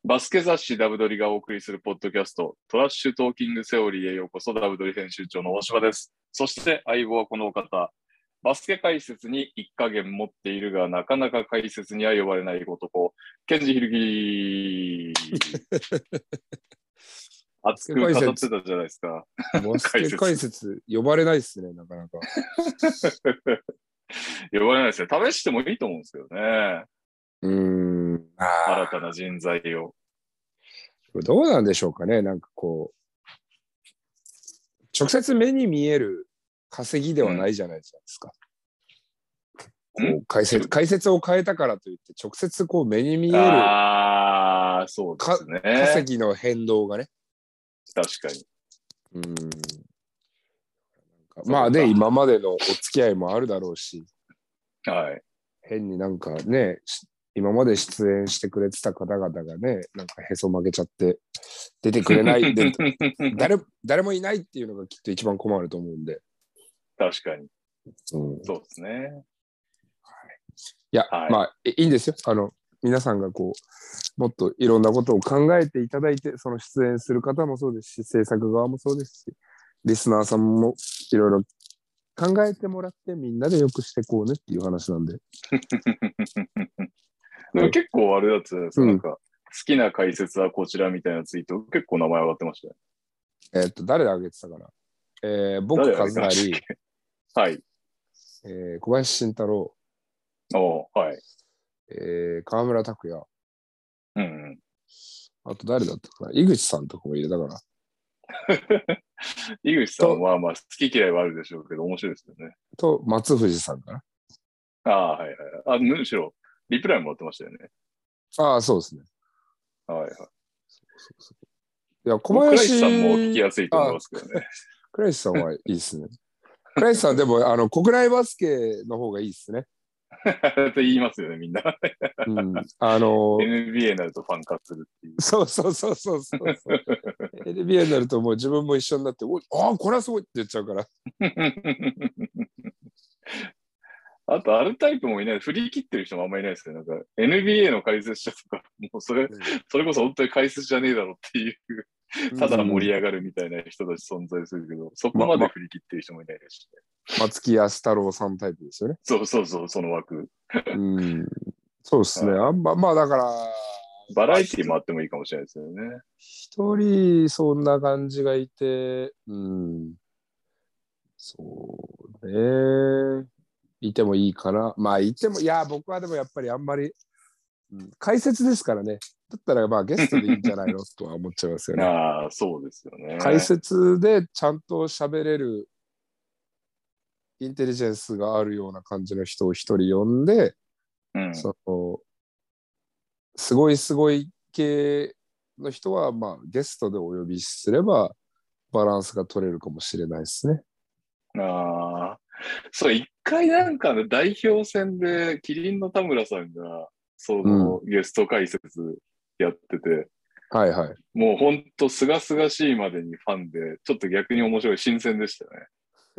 バスケ雑誌ダブドリがお送りするポッドキャスト、トラッシュトーキングセオリーへようこそ。ダブドリ編集長の大柴です。そして相棒はこのお方、バスケ解説に一加減持っているが、なかなか解説には呼ばれない男、ケンジヒルギ熱く語ってたじゃないですか。 バスケ解説呼ばれないですね、なかなか。 呼ばれないですね。試してもいいと思うんですけどね。新たな人材を。 どうなんでしょうかね。なんかこう、直接目に見える稼ぎではないじゃないですか。こう解説を変えたからといって、直接こう目に見えるそうですね。 稼ぎの変動がね。 確かに。 まあね、今までのお付き合いもあるだろうし、 はい。 変になんかね、今まで出演してくれてた方々がね、なんかへそ曲げちゃって出てくれないで誰もいないっていうのがきっと一番困ると思うんで。 確かに。そうですね。 いや、まあいいんですよ。皆さんがこうもっといろんなことを考えていただいて、その出演する方もそうですし、制作側もそうですし、リスナーさんもいろいろ考えてもらってみんなでよくしてこうねっていう話なんで。 でも結構あれだったじゃないですか、なんか好きな解説はこちらみたいなツイート結構名前上がってましたよ。 誰あげてたかな。僕和成、 はい。 小林慎太郎、 はい。 河村拓哉、 うんあと誰だったかな、井口さんとかも入れたかな。 井口さんはまあ好き嫌いはあるでしょうけど面白いですよね。 と松藤さんかな。 はいはい。むしろリプライも持ってましたよね。 そうですね。 はいはい。 いや、 小林さんも聞きやすいと思いますけどね。 倉石さんはいいですね。倉石さんでも国内バスケの方がいいですね。 って言いますよね、みんな。NBA になるとファン化するっていう。 そう。NBA になるともう自分も一緒になって、これはすごいって言っちゃうから。 あと、あるタイプもいない、振り切ってる人もあんまりいないですけど、なんか NBA の解説者とか、もうそれこそ本当に解説じゃねえだろっていう、ただ盛り上がるみたいな人たち存在するけど、そこまで振り切ってる人もいないですしね。 松木安太郎さんタイプですよね。 そう、その枠。 そうですね。まあだから、 バラエティもあってもいいかもしれないですよね。 一人そんな感じがいて、そうね。いてもいいかな。まあいても、いや、僕はでもやっぱりあんまり、解説ですからね。だったらまあゲストでいいんじゃないのとは思っちゃいますよね。 そうですよね。 解説でちゃんと喋れるインテリジェンスがあるような感じの人を一人呼んで、すごい系の人はまあゲストでお呼びすればバランスが取れるかもしれないですね。 そう、一回なんかの代表戦でキリンの田村さんがそのゲスト解説やってて、 はいはい。 もうほんとすがすがしいまでにファンで、ちょっと逆に面白い、新鮮でしたね。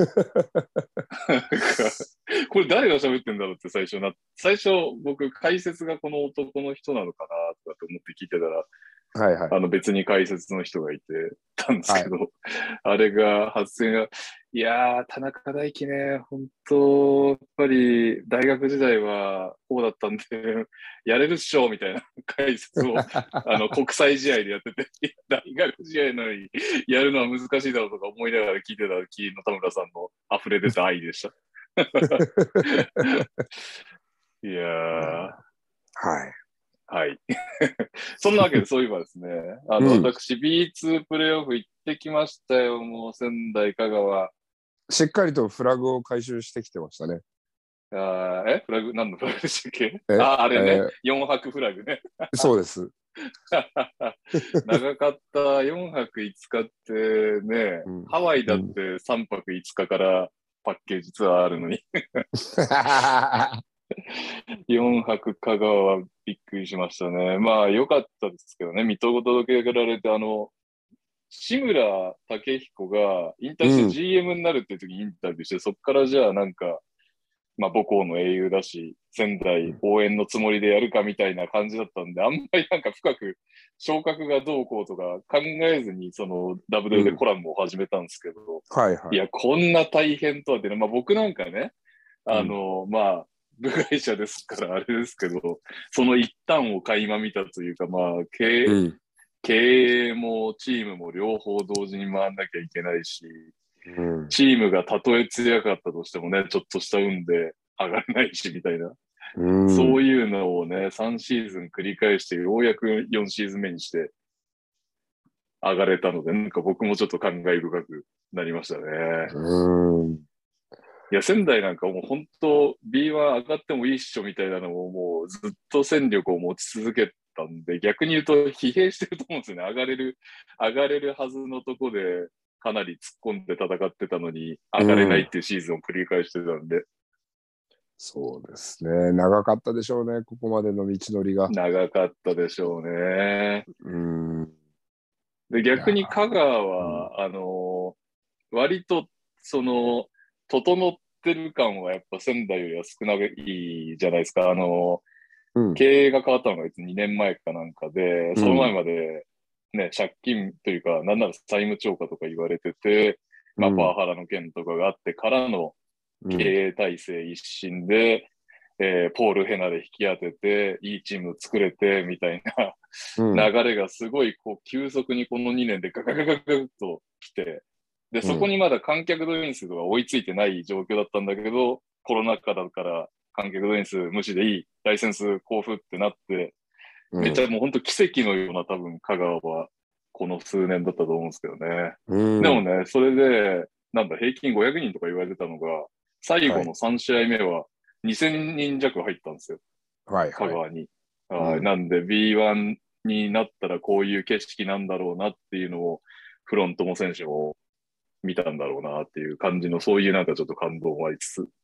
これ誰が喋ってんだろうって最初僕解説がこの男の人なのかなとかって思って聞いてたら、別に解説の人がいてたんですけど、あれが発声が、いやー、田中大輝ね、本当やっぱり大学時代はこうだったんで、やれるっしょみたいな解説を国際試合でやってて、大学試合なのにやるのは難しいだろうとか思いながら聞いてたキリンの田村さんの溢れ出た愛でした。いやー。はい。そんなわけで、そういえばですね、私、B2 プレイオフ行ってきましたよ、もう仙台、香川。 しっかりとフラグを回収してきてましたね。 フラグ、何のフラグでしたっけ？あれね、4泊フラグね。 そうです。 長かった4泊5日ってね、ハワイだって3泊5日からパッケージツアーあるのに。4泊香川はびっくりしましたね。まあ良かったですけどね、水戸ご届けられて、志村武彦が引退して GM になるっていう時にインタビューして、そっからじゃあなんか、まあ母校の英雄だし、 仙台応援のつもりでやるかみたいな感じだったんで、あんまりなんか深く昇格がどうこうとか考えずに、そのダブドリでコラムを始めたんですけど、 はいはい。 いや、こんな大変とはってね、まあ僕なんかね、まあ、部外者ですからあれですけど、その一端を垣間見たというか、まあ、経営もチームも両方同時に回んなきゃいけないし、チームがたとえ強かったとしてもね、ちょっとした運で上がれないし、みたいな。そういうのをね、3シーズン繰り返して、ようやく4シーズン目にして上がれたので、なんか僕もちょっと感慨深くなりましたね。いや、仙台なんかもう本当 B1 上がってもいいっしょみたいなのをもうずっと戦力を持ち続けたんで、逆に言うと疲弊してると思うんですよね。上がれるはずのとこでかなり突っ込んで戦ってたのに、上がれないっていうシーズンを繰り返してたんで。 そうですね。長かったでしょうね。ここまでの道のりが。 長かったでしょうね。で、逆に香川は、割と、整ってる感はやっぱ仙台よりは少ないじゃないですか。経営が変わったのが2年前かなんかで、その前までね、借金というか、なんなら債務超過とか言われてて、まあ、パワハラの件とかがあってからの経営体制一新で、ポール・ヘナで引き当てて、いいチーム作れて、みたいな流れがすごい、こう、急速にこの2年でガガガガガッと来て、で、そこにまだ観客動員数とか追いついてない状況だったんだけど、コロナ禍だから観客動員数無視でいい、ライセンス交付ってなって、めっちゃもう本当奇跡のような多分香川はこの数年だったと思うんですけどね。でもね、それで、なんだ、平均500人とか言われてたのが、最後の3試合目は2000人弱入ったんですよ。香川に。なんで B1 になったらこういう景色なんだろうなっていうのを、フロントも選手も見たんだろうなっていう感じの、そういうなんかちょっと感動もありつつ、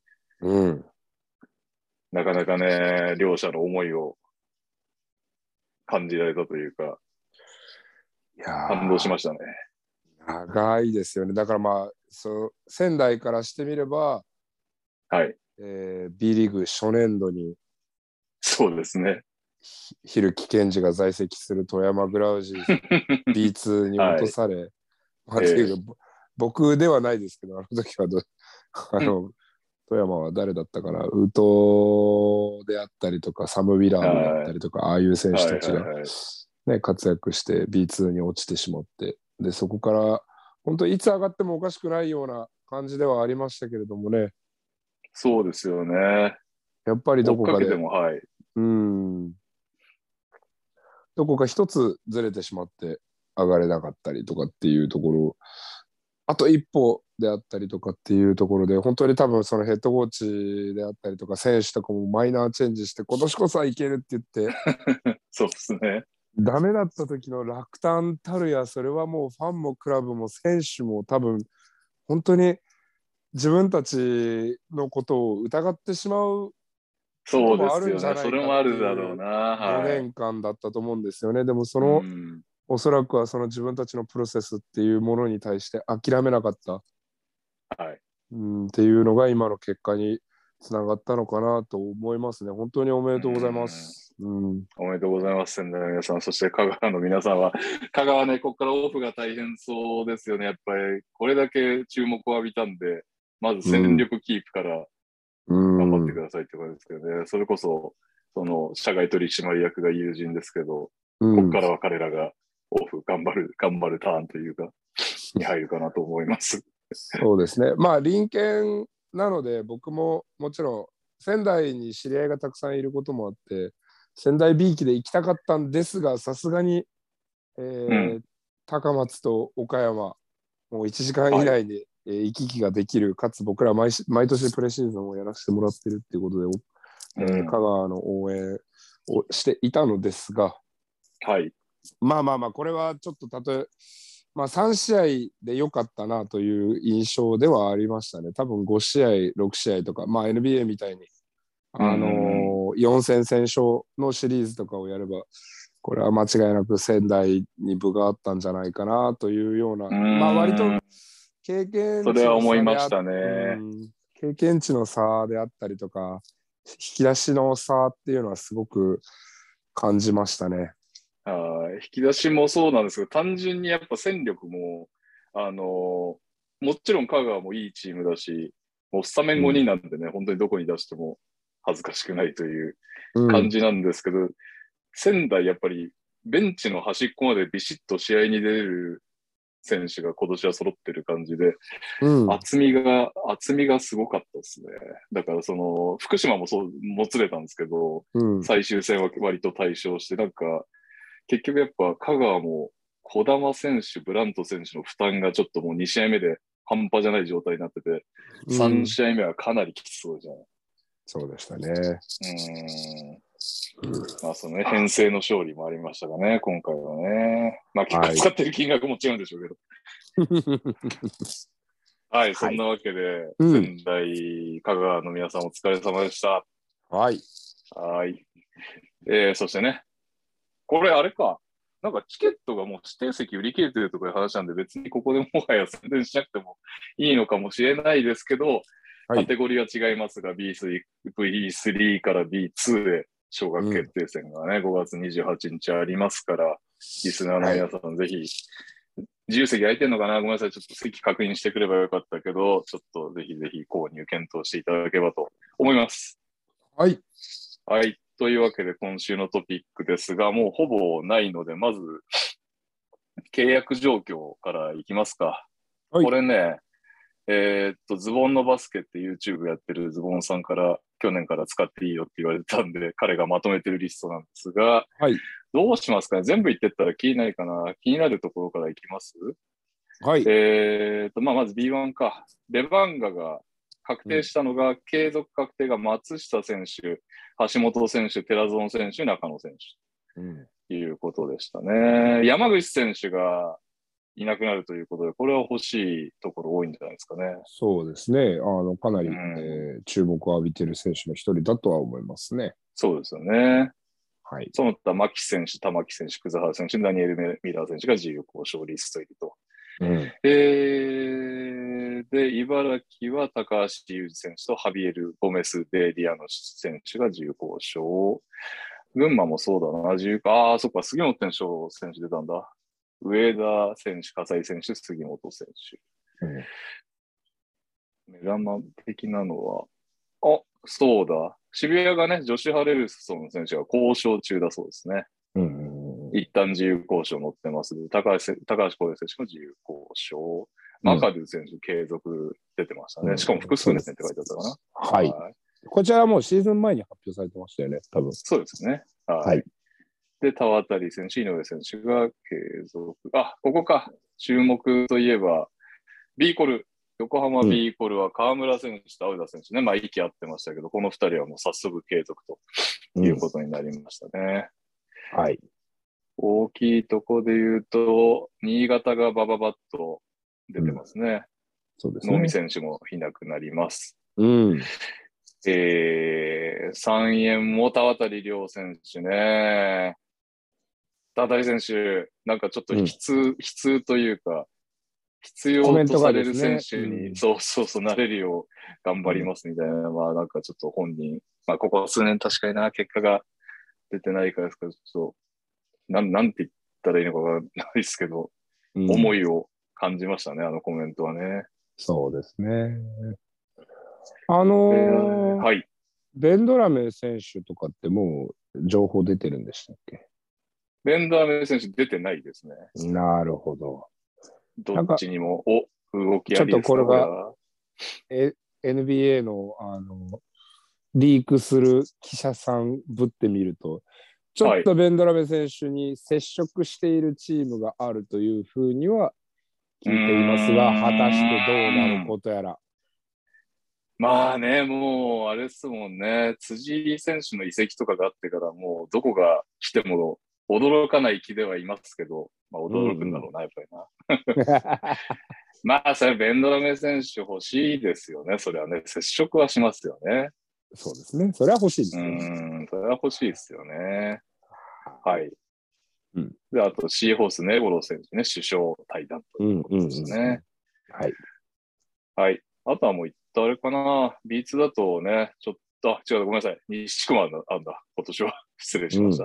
なかなかね、両者の思いを感じられたというか、感動しましたね。 長いですよね。だからまあ、仙台からしてみれば、 はい。 B リーグ初年度に、 そうですね。 蛭木健二が在籍する富山グラウジーズ B2 に落とされ、僕ではないですけど、あの時は富山は誰だったかな、宇藤であったりとか、サム・ウィラードであったりとか、ああいう選手たちが、ね、活躍して B2 に落ちてしまって、で、そこから本当いつ上がってもおかしくないような感じではありましたけれどもね。 そうですよね。 やっぱりどこかで、どこか一つずれてしまって上がれなかったりとかっていうところ、あと一歩であったりとかっていうところで、本当に多分そのヘッドコーチであったりとか選手とかもマイナーチェンジして今年こそはいけるって言ってそうですね。 ダメだった時の落胆たるや、それはもうファンもクラブも選手も多分本当に自分たちのことを疑ってしまうこともあるんじゃないかっていう5年間だったと思うんですよね。でもおそらくはその自分たちのプロセスっていうものに対して諦めなかった、っていうのが今の結果につながったのかなと思いますね。本当におめでとうございます。 おめでとうございます、仙台の皆さん。そして香川の皆さんは、香川ね、ここからオフが大変そうですよね。やっぱり、これだけ注目を浴びたんで、まず戦力キープから頑張ってくださいってことですけどね。それこそ、その、社外取締役が友人ですけど、ここからは彼らがオフ頑張るターンというか、に入るかなと思います。 そうですね。まあ、隣県なので、僕ももちろん、仙台に知り合いがたくさんいることもあって、仙台 B 期で行きたかったんですが、さすがに、高松と岡山、もう1時間以内で、行き来ができる、かつ僕ら毎年プレシーズンをやらせてもらってるっていうことで、香川の応援をしていたのですが、まあ、これはちょっと3試合で良かったなという印象ではありましたね。多分5試合、6試合とか、NBA みたいに、4戦先勝のシリーズとかをやれば、これは間違いなく仙台に分があったんじゃないかなというような、割と経験値の差で経験値の差であったりとか、 き出しの差っていうのはすごく感じましたね。 引き出しもそうなんですけど、単純にやっぱ戦力も、もちろん香川もいいチームだし、もうスタメン5人なんでね、本当にどこに出しても恥ずかしくないという感じなんですけど、仙台やっぱりベンチの端っこまでビシッと試合に出れる選手が今年は揃ってる感じで、厚みがすごかったですね。だから福島もそう、もつれたんですけど、最終戦は割と対象して、なんか、結局やっぱ香川も児玉選手、ブラント選手の負担がちょっともう2試合目で半端じゃない状態になってて、3試合目はかなりきつそうじゃん。 そうでしたね。 まあ編成の勝利もありましたがね、今回はね。まあ結構使ってる金額も違うんでしょうけど。はい、そんなわけで、仙台、香川の皆さんお疲れ様でした。 はい。 そしてね、これあれか、なんかチケットがもう指定席売り切れてるとかいう話なんで、別にここでもはや宣伝しなくてもいいのかもしれないですけど、カテゴリーは違いますが、V3 から B2 へ昇格決定戦がね、5月28日ありますから、リスナーの皆さんぜひ、自由席空いてるのかな、ごめんなさい。ちょっと席確認してくればよかったけど、ちょっとぜひぜひ購入検討していただければと思います。 はい。 はい。というわけで今週のトピックですが、もうほぼないので、まず、契約状況からいきますか。はい、これね、ズボンのバスケって YouTube やってるズボンさんから去年から使っていいよって言われたんで、彼がまとめてるリストなんですが、どうしますかね、全部言ってったら気になるかな。気になるところからいきます。まあ、まず B1 か。レバンガが確定したのが、継続確定が松下選手、橋本選手、寺園選手、中野選手。ということでしたね。山口選手がいなくなるということで、これは欲しいところ多いんじゃないですかね。 そうですね。かなり、注目を浴びている選手の一人だとは思いますね。 そうですよね。 はい。 その他、牧選手、玉木選手、葛原選手、ダニエル・ミラー選手が自由交渉リスト入りと。で、茨城は高橋祐二選手とハビエル・ゴメス・デ・リアノ選手が自由交渉。群馬もそうだな、自由か。そっか、杉本選手出たんだ。上田選手、葛西選手、杉本選手。目玉的なのは、そうだ。渋谷がね、ジョシュ・ハレルソン選手が交渉中だそうですね。一旦自由交渉乗ってます。高橋光成選手の自由交渉。マカドゥ選手継続出てましたね。しかも複数年って書いてあったかな。 はい。こちらはもうシーズン前に発表されてましたよね、多分。 そうですね。はい。で、田渡選手、井上選手が継続。ここか。注目といえば、ビーコル。横浜ビーコルは河村選手と青田選手ね。まあ、息合ってましたけど、この2人はもう早速継続ということになりましたね。 はい。 大きいとこで言うと、新潟がバババッと出てますね。 そうですね。 能見選手もいなくなります。三円も田渡亮選手ね。田渡選手、なんかちょっと悲痛というか、必要とされる選手に、そうなれるよう頑張りますみたいな、まあなんかちょっと本人、まあここ数年確かにな、結果が出てないからですけど、ちょっと、なんて言ったらいいのかわかんないですけど、思いを感じましたね、あのコメントはね。 そうですね。 はい。 ベンドラメ選手とかってもう情報出てるんでしたっけ？ ベンドラメ選手出てないですね。 なるほど。 どっちにも、動きありですか？ ちょっとこれが、NBA の、リークする記者さんぶってみると、ちょっとベンドラメ選手に接触しているチームがあるというふうには聞いていますが、果たしてどうなることやら。 まあね、もう、あれですもんね、辻選手の移籍とかがあってから、もう、どこが来ても驚かない気ではいますけど、まあ、驚くんだろうな、やっぱりな。まあ、それ、ベンドラメ選手欲しいですよね、それはね、接触はしますよね。 そうですね、それは欲しいですよね。 それは欲しいですよね。はい。で、あと、シーホースね、五郎選手ね、首相対談ということですね。 はい。 はい。あとはもうあれかな、B2 だとね、ちょっ違う、ごめんなさい。西地区もあんだ、今年は。失礼しました。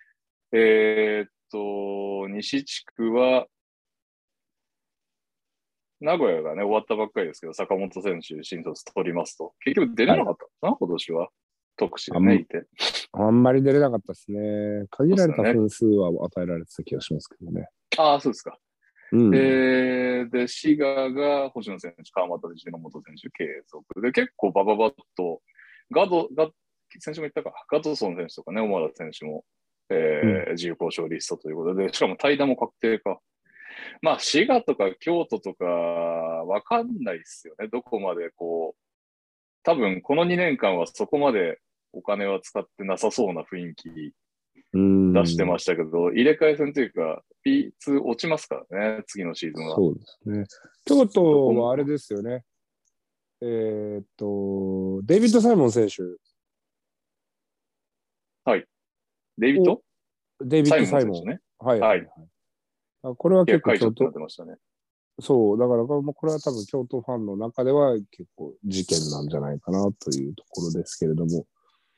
西地区は、名古屋がね、終わったばっかりですけど、坂本選手、新卒取りますと。結局出れなかったかな、今年は。特使がね、いて。 あんまり出れなかったですね。限られた分数は与えられてた気がしますけどね。 ああ、そうですか。で、滋賀が星野選手、川又選手、本選手、継続で、結構バババッと、先週も言ったか、ガトソン選手とかね、小田選手も、自由交渉リストということで、しかも対談も確定か。まあ、滋賀とか京都とか、わかんないですよね。どこまで多分この2年間はそこまでお金は使ってなさそうな雰囲気出してましたけど、入れ替え戦というか、P2 落ちますからね、次のシーズンは。 そうですね。京都はあれですよね。デイビッド・サイモン選手。 はい。デイビッド・サイモン。 ね。 はい。はい。これは結構京都。そう、だからこれは多分京都ファンの中では結構事件なんじゃないかなというところですけれども。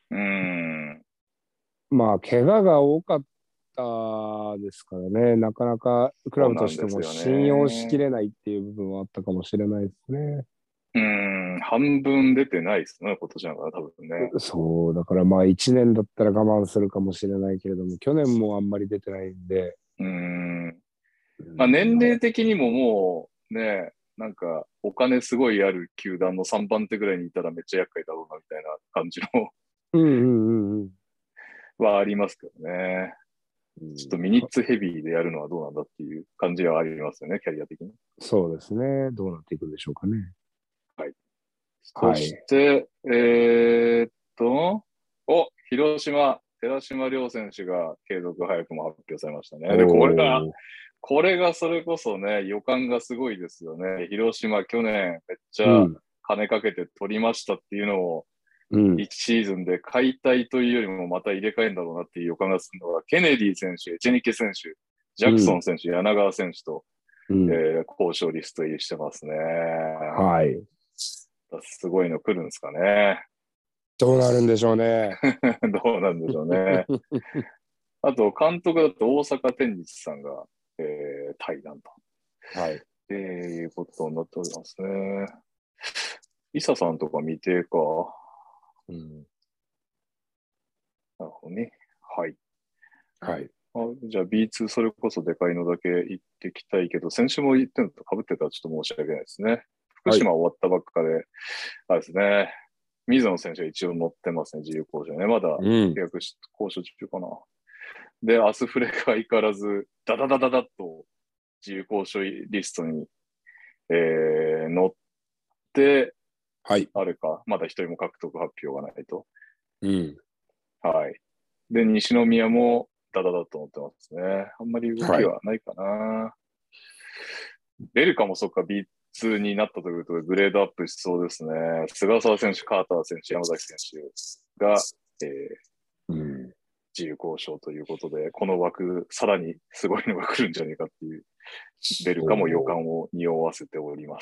まあ、怪我が多かったですからね、なかなかクラブとしても信用しきれないっていう部分はあったかもしれないですね。 半分出てないですね、今年なんか多分ね。 そう、だからまあ1年だったら我慢するかもしれないけれども、去年もあんまり出てないんで。 まあ年齢的にももうね、なんかお金すごいある球団の3番手ぐらいにいたらめっちゃ厄介だろうなみたいな感じのはありますけどね。ちょっとミニッツヘビーでやるのはどうなんだっていう感じはありますよね、キャリア的に。 そうですね。どうなっていくんでしょうかね。 はい。そして、広島、寺島亮選手が継続早くも発表されましたね。で、これがそれこそね、予感がすごいですよね。広島、去年めっちゃ金かけて取りましたっていうのを、1シーズンで解体というよりもまた入れ替えるんだろうなっていう予感がするのが、ケネディ選手、エチェニケ選手、ジャクソン選手、柳川選手と、交渉リスト入りしてますね。 はい。 すごいの来るんですかね。 どうなるんでしょうね。 どうなんでしょうね。あと、監督だと大阪天日さんが、対談と。 はい。 いうことになっておりますね。イサさんとか未定か。なるほどね。はい。 はい。 じゃあ B2 それこそでかいのだけ言ってきたいけど、先週も言ってるのと被ってたらちょっと申し訳ないですね。福島終わったばっかで、あれですね。水野選手が一応乗ってますね、自由交渉ね。まだ契約交渉中かな。で、アスフレが相変わらず、ダダダダダッと自由交渉リストに、乗って、 はい。 あれか、まだ一人も獲得発表がないと。はい。で、西宮もダダダッと乗ってますね。あんまり動きはないかな。ベルカもそっか、B2 になったということで、グレードアップしそうですね。菅沢選手、カーター選手、山崎選手が、自由交渉ということで、この枠、さらにすごいのが来るんじゃねえかっていう、ベルカも予感を匂わせております。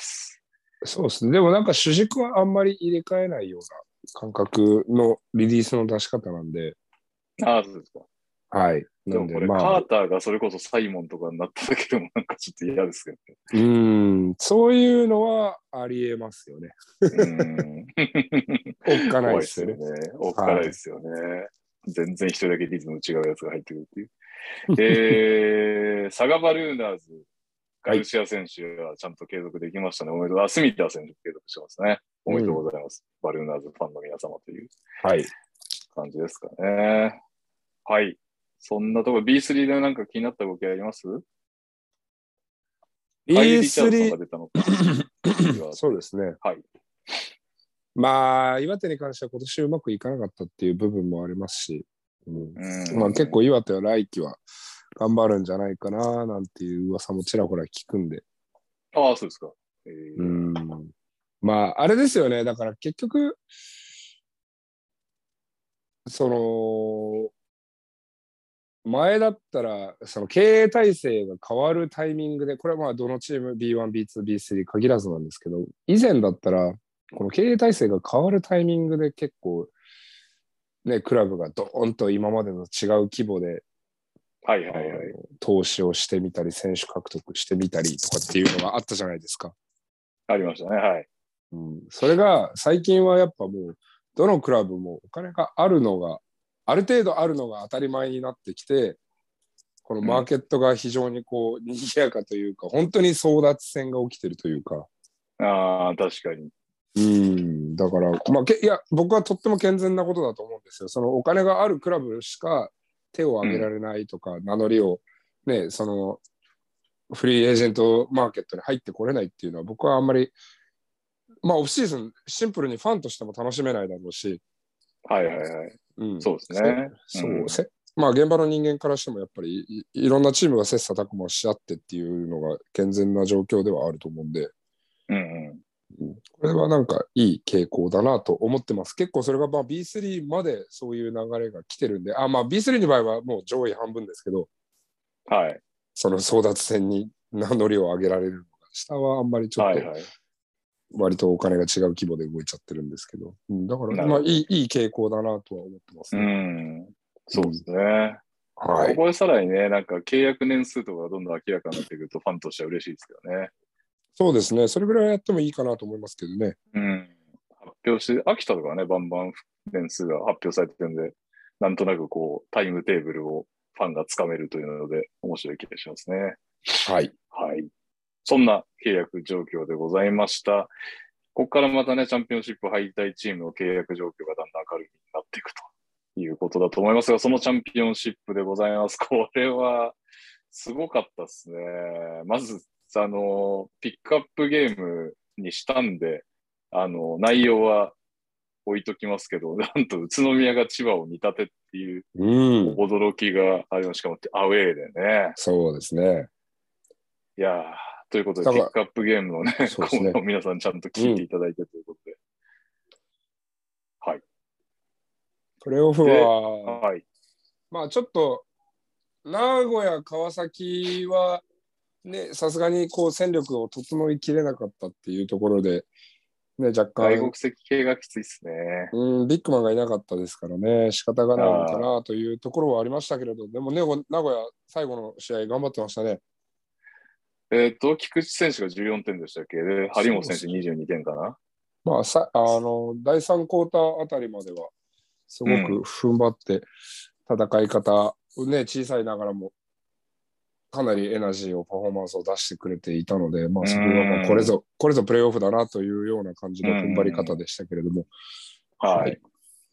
そうですね。でもなんか主軸はあんまり入れ替えないような感覚のリリースの出し方なんで。 ああ、そうですか。 はい。 でもこれ、カーターがそれこそサイモンとかになっただけでもなんかちょっと嫌ですけどね。そういうのはありえますよね。おっかないですよね。 おっかないですよね。全然一人だけリズム違うやつが入ってくるっていう。サガバルーナーズ、ガルシア選手はちゃんと継続できましたね。おめでとう。スミター選手継続してますね。おめでとうございます。バルーナーズファンの皆様という感じですかね。はい。そんなところ、B3 でなんか気になった動きあります？ B3 が出たのそうですね。 はい。 まあ、岩手に関しては今年うまくいかなかったっていう部分もありますし、まあ、結構岩手は来季は頑張るんじゃないかななんていう噂もちらほら聞くんで。 ああ、そうですか。 まあ、あれですよね。だから結局、その、前だったら、その経営体制が変わるタイミングで、これはまあどのチーム B1、B2、B3 限らずなんですけど、以前だったら、 この経営体制が変わるタイミングで結構、ね、クラブがドーンと今までの違う規模で、 はいはいはい、 投資をしてみたり、選手獲得してみたりとかっていうのがあったじゃないですか。 ありましたね、はい。 それが最近はやっぱもう、どのクラブもお金があるのが、ある程度あるのが当たり前になってきて、このマーケットが非常にこう、賑やかというか、本当に争奪戦が起きてるというか。 ああ、確かに。 だから、まあ、いや、僕はとっても健全なことだと思うんですよ。そのお金があるクラブしか手を挙げられないとか、名乗りを、ね、その、フリーエージェントマーケットに入ってこれないっていうのは、僕はあんまり、まあ、オフシーズン、シンプルにファンとしても楽しめないだろうし、 はいはいはい。そうですね。 まあ、現場の人間からしても、やっぱりいろんなチームが切磋琢磨し合ってっていうのが健全な状況ではあると思うんで、これはなんかいい傾向だなと思ってます。結構それがまあ B3 までそういう流れが来てるんで、まあ B3 の場合はもう上位半分ですけど、 はい。 その争奪戦に名乗りを上げられるのが、下はあんまりちょっと、割とお金が違う規模で動いちゃってるんですけど、だからまあいい傾向だなとは思ってますね。 そうですね。はい。ここでさらにね、なんか契約年数とかどんどん明らかになってくるとファンとしては嬉しいですけどね。 そうですね。それぐらいやってもいいかなと思いますけどね。 発表して、秋田とかね、バンバン年数が発表されてるんで、なんとなくこう、タイムテーブルをファンがつかめるというので、面白い気がしますね。 はい。 はい。そんな契約状況でございました。ここからまたね、チャンピオンシップ敗退チームの契約状況がだんだん明るみになっていくということだと思いますが、そのチャンピオンシップでございます。これは、すごかったですね。まず、ピックアップゲームにしたんで、内容は置いときますけど、なんと宇都宮が千葉を見立てっていう驚きがあります。しかもアウェーでね。 そうですね。 いやー、ということで、ピックアップゲームのね、コーナーを皆さんちゃんと聞いていただいてということで。はい。 プレーオフは、まあちょっと、名古屋、川崎は、ね、さすがにこう戦力を整いきれなかったっていうところで、ね、若干。 外国籍系がきついですね。 ビッグマンがいなかったですからね、仕方がないのかなというところはありましたけれど、でもね、名古屋、最後の試合頑張ってましたね。 菊池選手が14点でしたっけで、張本選手22点かな。 まあ、第3クォーターあたりまでは、すごく踏ん張って、戦い方、ね、小さいながらも、かなりエナジーを、パフォーマンスを出してくれていたので、まあ、そこがまあこれぞプレーオフだなというような感じの踏ん張り方でしたけれども。 はい。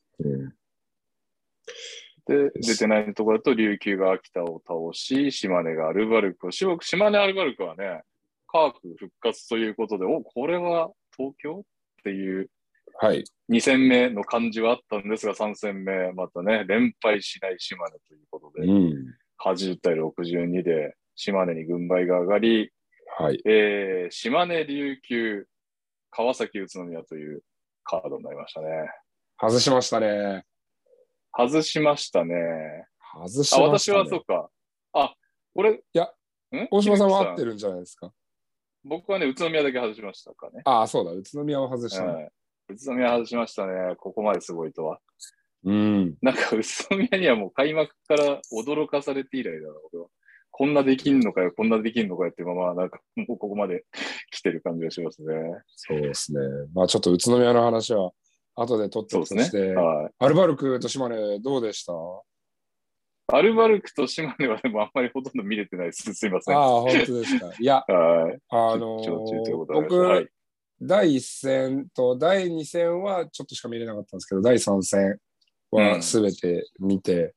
で、出てないところだと、琉球が秋田を倒し、島根がアルバルクを、島根アルバルクはね、カーク復活ということで、これは東京っていう、2戦目の感じはあったんですが、3戦目、またね、連敗しない島根ということで、80対62で島根に軍配が上がり、島根、琉球、川崎、宇都宮というカードになりましたね。 外しましたね。 外しましたね。私はそうか。俺、 いや、大島さんは合ってるんじゃないですか。 僕はね、宇都宮だけ外しましたかね。 そうだ、宇都宮は外したね。 宇都宮外しましたね。ここまですごいとは。 なんか宇都宮にはもう開幕から驚かされて以来だな、俺は。こんなできんのかよ、こんなできんのかよってまま、なんかもうここまで来てる感じがしますね。 そうですね。まあちょっと宇都宮の話は後で取っておくとして、アルバルクと島根どうでした？ アルバルクと島根はでもあんまりほとんど見れてないです。すいません。 本当ですか。いや、僕、第1戦と第2戦はちょっとしか見れなかったんですけど、第3戦は全て見て、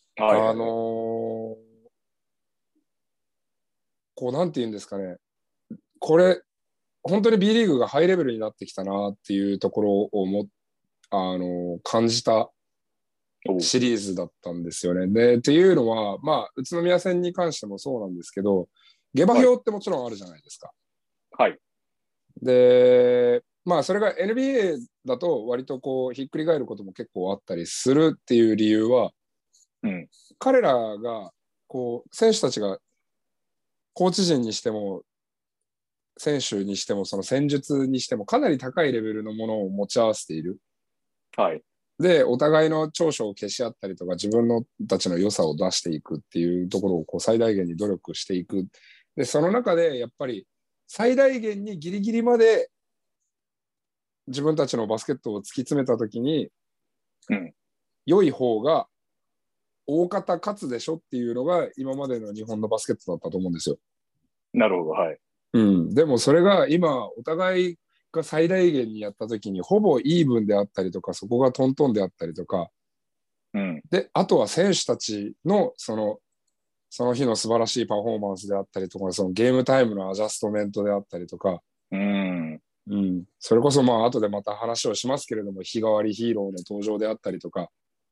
こう、なんて言うんですかね。これ、本当に B リーグがハイレベルになってきたなっていうところを感じたシリーズだったんですよね。で、っていうのは、まあ、宇都宮戦に関してもそうなんですけど、下馬評ってもちろんあるじゃないですか。 はい。 で、まあ、それが NBA だと割とこう、ひっくり返ることも結構あったりするっていう理由は、彼らが、こう、選手たちがコーチ陣にしても、 選手にしてもその戦術にしてもかなり高いレベルのものを持ち合わせている。 はい。 で、お互いの長所を消し合ったりとか、自分のたちの良さを出していくっていうところをこう最大限に努力していく。で、その中でやっぱり最大限にギリギリまで自分たちのバスケットを突き詰めたときに、良い方が大方勝つでしょっていうのが今までの日本のバスケットだったと思うんですよ。 なるほど、はい。 でもそれが今お互いが最大限にやったときにほぼイーブンであったりとか、そこがトントンであったりとか、で、あとは選手たちのその日の素晴らしいパフォーマンスであったりとか、そのゲームタイムのアジャストメントであったりとか、それこそまあ後でまた話をしますけれども、日替わりヒーローの登場であったりとか、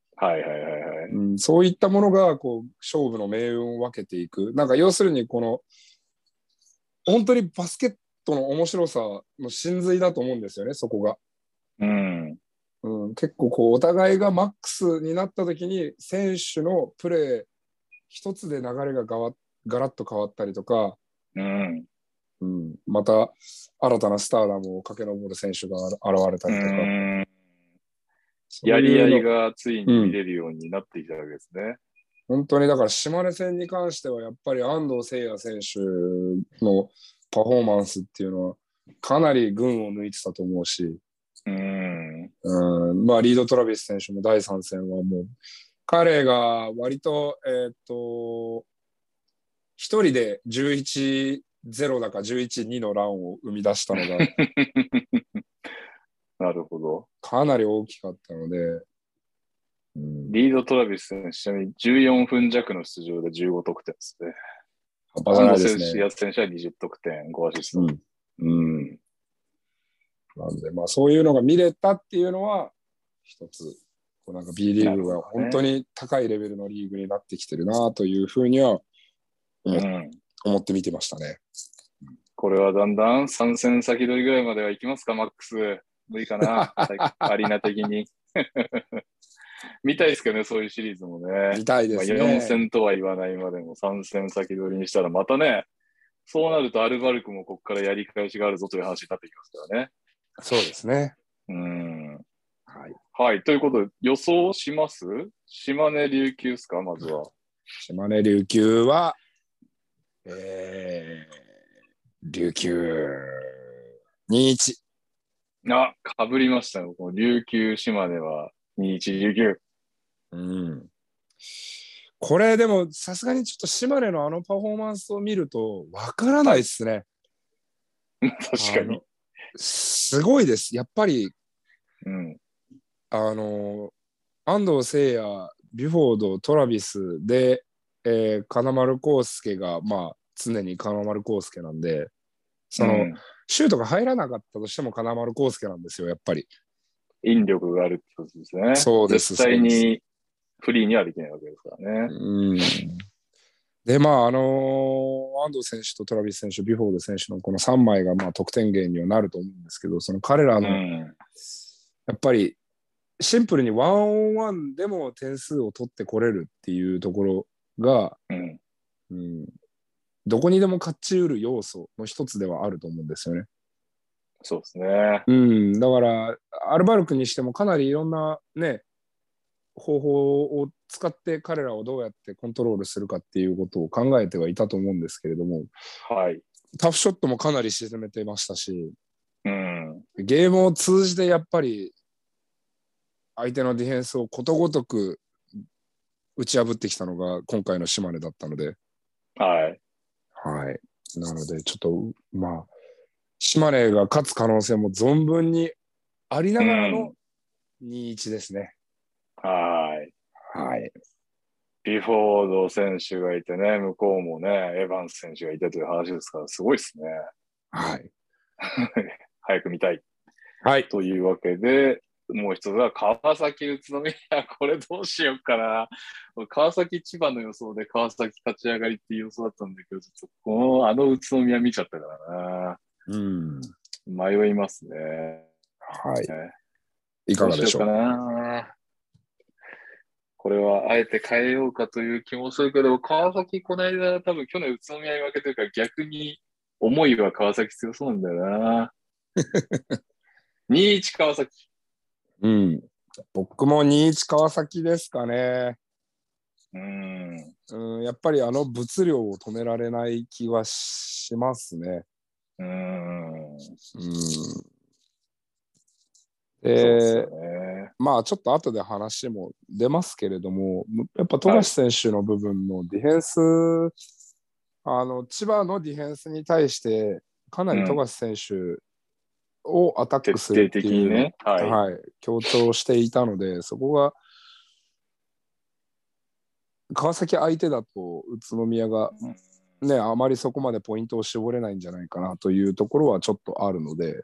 そういったものがこう勝負の命運を分けていく。なんか要するにこの本当にバスケットの面白さの真髄だと思うんですよね、そこが。結構こうお互いがマックスになった時に選手のプレー一つで流れがガラッと変わったりとか、また新たなスターダムを駆け上る選手が現れたりとか、 やり合いがついに見れるようになってきたわけですね。 本当にだから島根戦に関してはやっぱり安藤誠也選手のパフォーマンスっていうのはかなり群を抜いてたと思うし、まあリード・トラビス選手も第3戦はもう彼が割と一人で11-0だか11-2のランを生み出したのがなるほど。 かなり大きかったので、 リード・トラビス選手、ちなみに14分弱の出場で15得点ですね。 半端じゃないですね。 安藤選手は20得点、5アシスト。 なんで、まあそういうのが見れたっていうのは、一つ、なんか B リーグが本当に高いレベルのリーグになってきてるなというふうには思って見てましたね。 これはだんだん3戦先取りぐらいまでは行きますか、マックス。無理かな、アリーナ的に。見たいですけどね、そういうシリーズもね。 見たいですね。 4戦とは言わないまでも3戦先取りにしたら、またね、そうなるとアルバルクもここからやり返しがあるぞという話になってきますからね。 そうですね。 はい。ということで、予想します？島根琉球ですか、まずは。 島根琉球は、琉球2-1。 あ、かぶりましたね。この琉球島根は2-1琉球。 これでもさすがにちょっと島根のあのパフォーマンスを見るとわからないですね。 確かに。 すごいです。やっぱり、安藤誠也、ビュフォード、トラビスで、金丸康介が、まあ、常に金丸康介なんで、シュートが入らなかったとしても金丸康介なんですよ、やっぱり。 引力があるってことですね。 そうです。 絶対にフリーにはできないわけですからね。 で、まあ、安藤選手とトラビス選手、ビュフォード選手のこの3枚が、まあ、得点源にはなると思うんですけど、その彼らの、やっぱり、シンプルにワンオンワンでも点数を取ってこれるっていうところが、どこにでも勝ちうる要素の一つではあると思うんですよね。 そうですね。 だから、アルバルクにしてもかなりいろんなね、方法を使って彼らをどうやってコントロールするかっていうことを考えてはいたと思うんですけれども、タフショットもかなり沈めてましたし、ゲームを通じてやっぱり相手のディフェンスをことごとく打ち破ってきたのが今回の島根だったので、なのでちょっとまあ島根が勝つ可能性も存分にありながらの2-1ですね。 ビフォード選手がいてね、向こうもね、エヴァンス選手がいてという話ですから、すごいですね。早く見たい。というわけで、もう一つは川崎、宇都宮、これどうしようかな。川崎、千葉の予想で川崎勝ち上がりっていう予想だったんだけど、ちょっとあの宇都宮見ちゃったからな。迷いますね。 いかがでしょうかな。これはあえて変えようかという気もするけど、川崎この間多分去年宇都宮に負けてるから逆に思いは川崎強そうなんだよな。2-1川崎。 うん。僕も2-1川崎ですかね。やっぱり物量を止められない気はしますね。まあちょっと後で話も出ますけれども、やっぱ富樫選手の部分のディフェンス、千葉のディフェンスに対してかなり富樫選手をアタックするっていうのを、強調していたので、そこが川崎相手だと宇都宮がね、あまりそこまでポイントを絞れないんじゃないかなというところはちょっとあるので、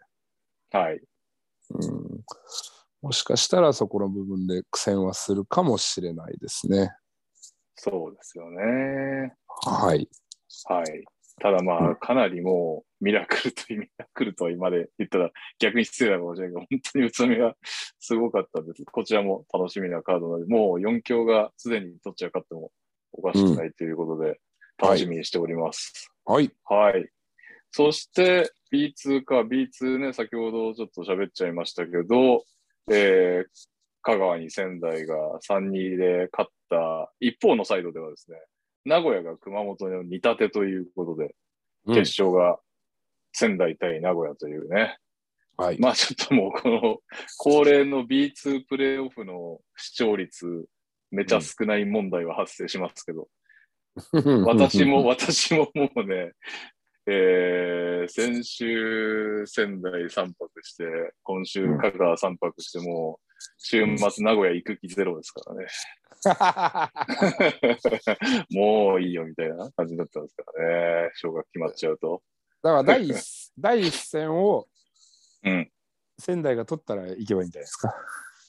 もしかしたらそこの部分で苦戦はするかもしれないですね。 そうですよね。 はい。 ただまあ、かなりもうミラクルと今で言ったら逆に失礼なかもしれないけど、本当に宇都宮すごかったです。こちらも楽しみなカードなので、もう4強がすでにどっちが勝ってもおかしくないということで、楽しみにしております。そして B2 ね、先ほどちょっと喋っちゃいましたけど、香川に仙台が3-2で勝った一方のサイドではですね、名古屋が熊本の2立てということで、決勝が仙台対名古屋というね。まあちょっともうこの恒例の B2 プレーオフの視聴率めちゃ少ない問題は発生しますけど、私ももうね、先週仙台3泊して、今週香川3泊して、もう週末名古屋行く気ゼロですからね。もういいよみたいな感じだったんですからね。昇格決まっちゃうと。 だから第一戦を仙台が取ったら行けばいいんじゃないですか。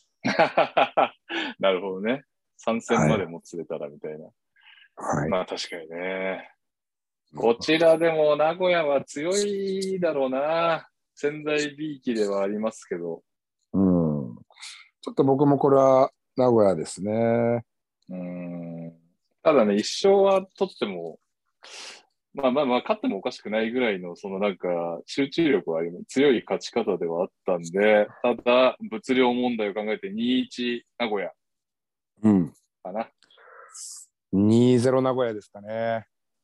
なるほどね。3戦までもつれたらみたいな。まあ確かにね。こちらでも名古屋は強いだろうな。仙台 B 期ではありますけど。 ちょっと僕もこれは名古屋ですね。 ただね、1勝は取っても、まあ、勝ってもおかしくないぐらいの、そのなんか、集中力はあります。強い勝ち方ではあったんで、ただ、物量問題を考えて2-1名古屋。かな。 2-0名古屋ですかね。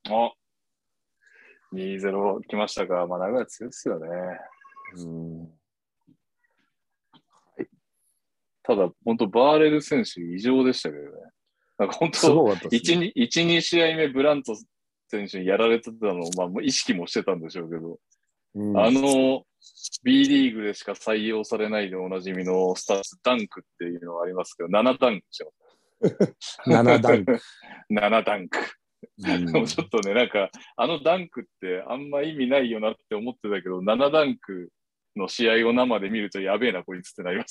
2-0来ましたが、まあ、名古屋強いですよね。ただ、本当バーレル選手異常でしたけどね。なんか本当、1、2試合目ブラント選手にやられてたのを、まあ、意識もしてたんでしょうけど、B リーグでしか採用されないでおなじみのスタッツダンクっていうのがありますけど、7ダンクしてます。 7ダンク。 7ダンク。でもちょっとね、なんか、ダンクってあんま意味ないよなって思ってたけど、7ダンクの試合を生で見るとやべえな、こいつってなります。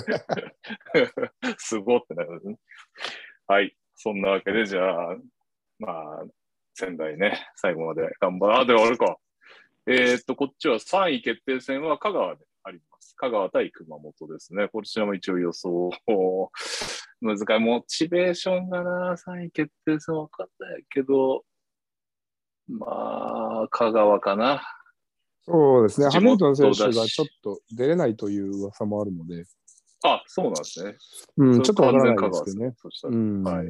すごってなりますね。はい。そんなわけで、じゃあ、まあ、仙台ね、最後まで頑張る。ではあるか。こっちは3位決定戦は香川であります。香川対熊本ですね。こちらも一応予想。難しい。モチベーションがな、3位決定戦わかんないけど、まあ、香川かな。 そうですね。ハミルトン選手がちょっと出れないという噂もあるので。 あ、そうなんですね。 ちょっとわからないですけどね。 はい。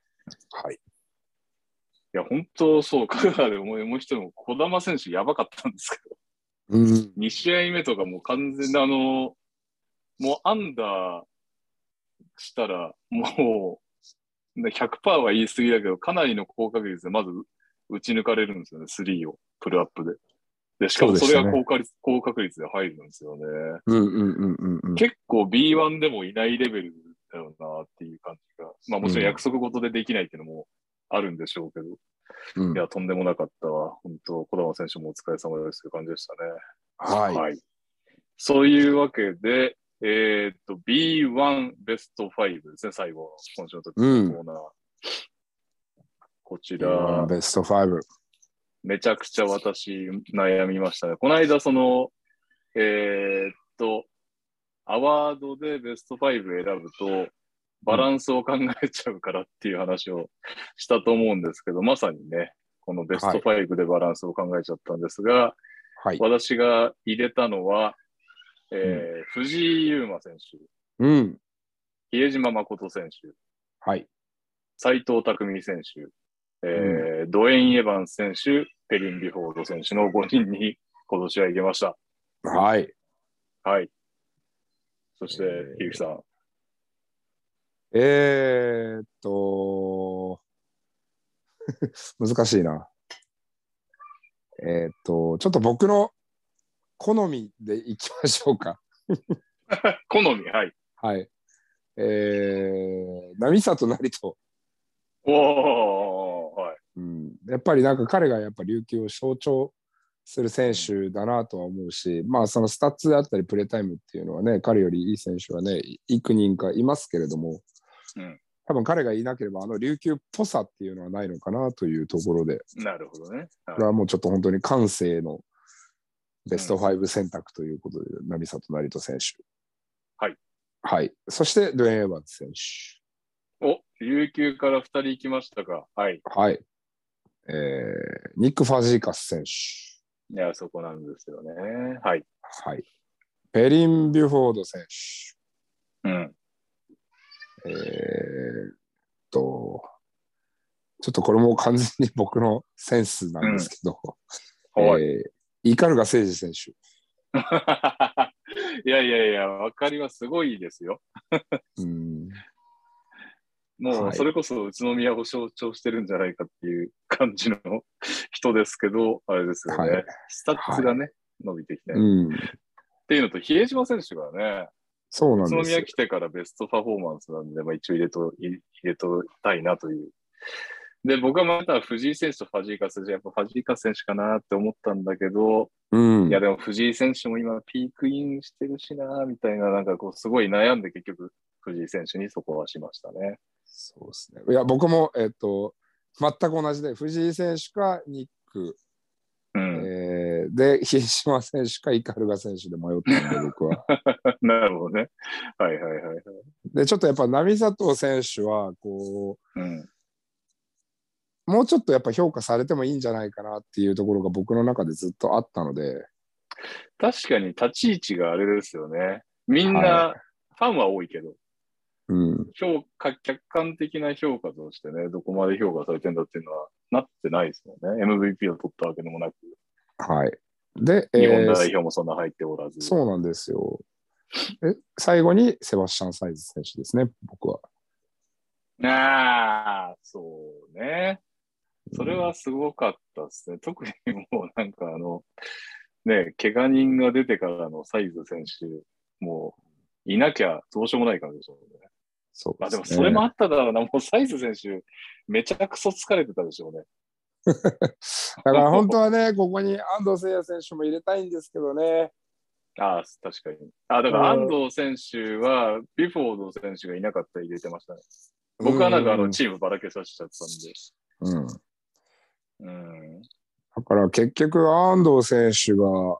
いや、本当そう、香川でもう一人も児玉選手やばかったんですけど、2試合目とかもう完全なもうアンダーしたら、もう 100% は言い過ぎだけど、かなりの高確率でまず打ち抜かれるんですよね、3を、プルアップで。で、しかもそれが高確率で入るんですよね。結構 B1 でもいないレベルだよなっていう感じが。まあもちろん約束事でできないっていうのもあるんでしょうけど。いや、とんでもなかったわ。本当、児玉選手もお疲れ様ですという感じでしたね。はい。そういうわけで、B1 ベスト5ですね、最後の今週の時のコーナー。こちら。 ベスト5。 めちゃくちゃ私悩みましたね。この間、アワードでベスト5選ぶと、バランスを考えちゃうからっていう話をしたと思うんですけど、まさにね、 このベスト5でバランスを考えちゃったんですが、 はい、 私が入れたのは、藤井祐馬選手、 うん、 比江島誠選手、 はい、 斉藤匠選手、ドウェイン・エヴァンス選手、ペリン・ビフォード選手の5人に今年は入れました。 はい。 はい。そして、ひゆきさん。 難しいな。ちょっと僕の好みでいきましょうか。 好み、はい。 はい。並里成と。 おー、はい。 うん、やっぱりなんか彼がやっぱ琉球を象徴する選手だなとは思うし、まあそのスタッツであったりプレータイムっていうのはね、彼よりいい選手はね、幾人かいますけれども、多分彼がいなければ琉球っぽさっていうのはないのかなというところで、 なるほどね。 これはもうちょっと本当に感性のベスト5選択ということで、並里成選手。 はい。 はい。そしてドゥエイン・エヴァンス選手。 お、琉球から2人行きましたか。はい。 はい。ニック・ファジーカス選手。 いや、そこなんですよね。はい。 はい。ペリン・ビュフォード選手。 うん。 ちょっとこれも完全に僕のセンスなんですけど、イカルガ誠司選手。 いやいやいや、わかります。すごいですよ。もう、それこそ宇都宮を象徴してるんじゃないかっていう感じの人ですけど、あれですよね。はい、スタッツがね、伸びてきて、っていうのと、比江島選手がね、 そうなんです。 宇都宮来てからベストパフォーマンスなんで、一応入れとたいなという。で、僕はまた藤井選手とファジーカス選手、やっぱファジーカス選手かなって思ったんだけど、いやでも藤井選手も今ピークインしてるしな、みたいな、なんかこうすごい悩んで結局藤井選手にそこはしましたね。 そうですね。いや、僕も、全く同じで、藤井選手かニック、で、比江島選手かイカルガ選手で迷ったんで、僕は。 なるほどね。はいはいはい。 で、ちょっとやっぱ並里選手は、こう、もうちょっとやっぱ評価されてもいいんじゃないかなっていうところが僕の中でずっとあったので。 確かに立ち位置があれですよね。みんな、ファンは多いけど、客観的な評価としてね、どこまで評価されてんだっていうのはなってないですもんね。MVP を取ったわけでもなく。 はい。で、 日本代表もそんな入っておらず。 そうなんですよ。最後にセバスチャン・サイズ選手ですね、僕は。 ああ、そうね。それはすごかったですね。特にもうなんかね、怪我人が出てからのサイズ選手、もういなきゃどうしようもない感じでしょうね。 そうですね。 でもそれもあっただろうな。もうサイズ選手、めちゃくそ疲れてたでしょうね。 だから本当はね、ここに安藤聖也選手も入れたいんですけどね。 ああ、確かに。だから安藤選手は、ビフォード選手がいなかったら入れてましたね。僕はなんかチームばらけさせちゃったんで。 だから結局安藤選手が、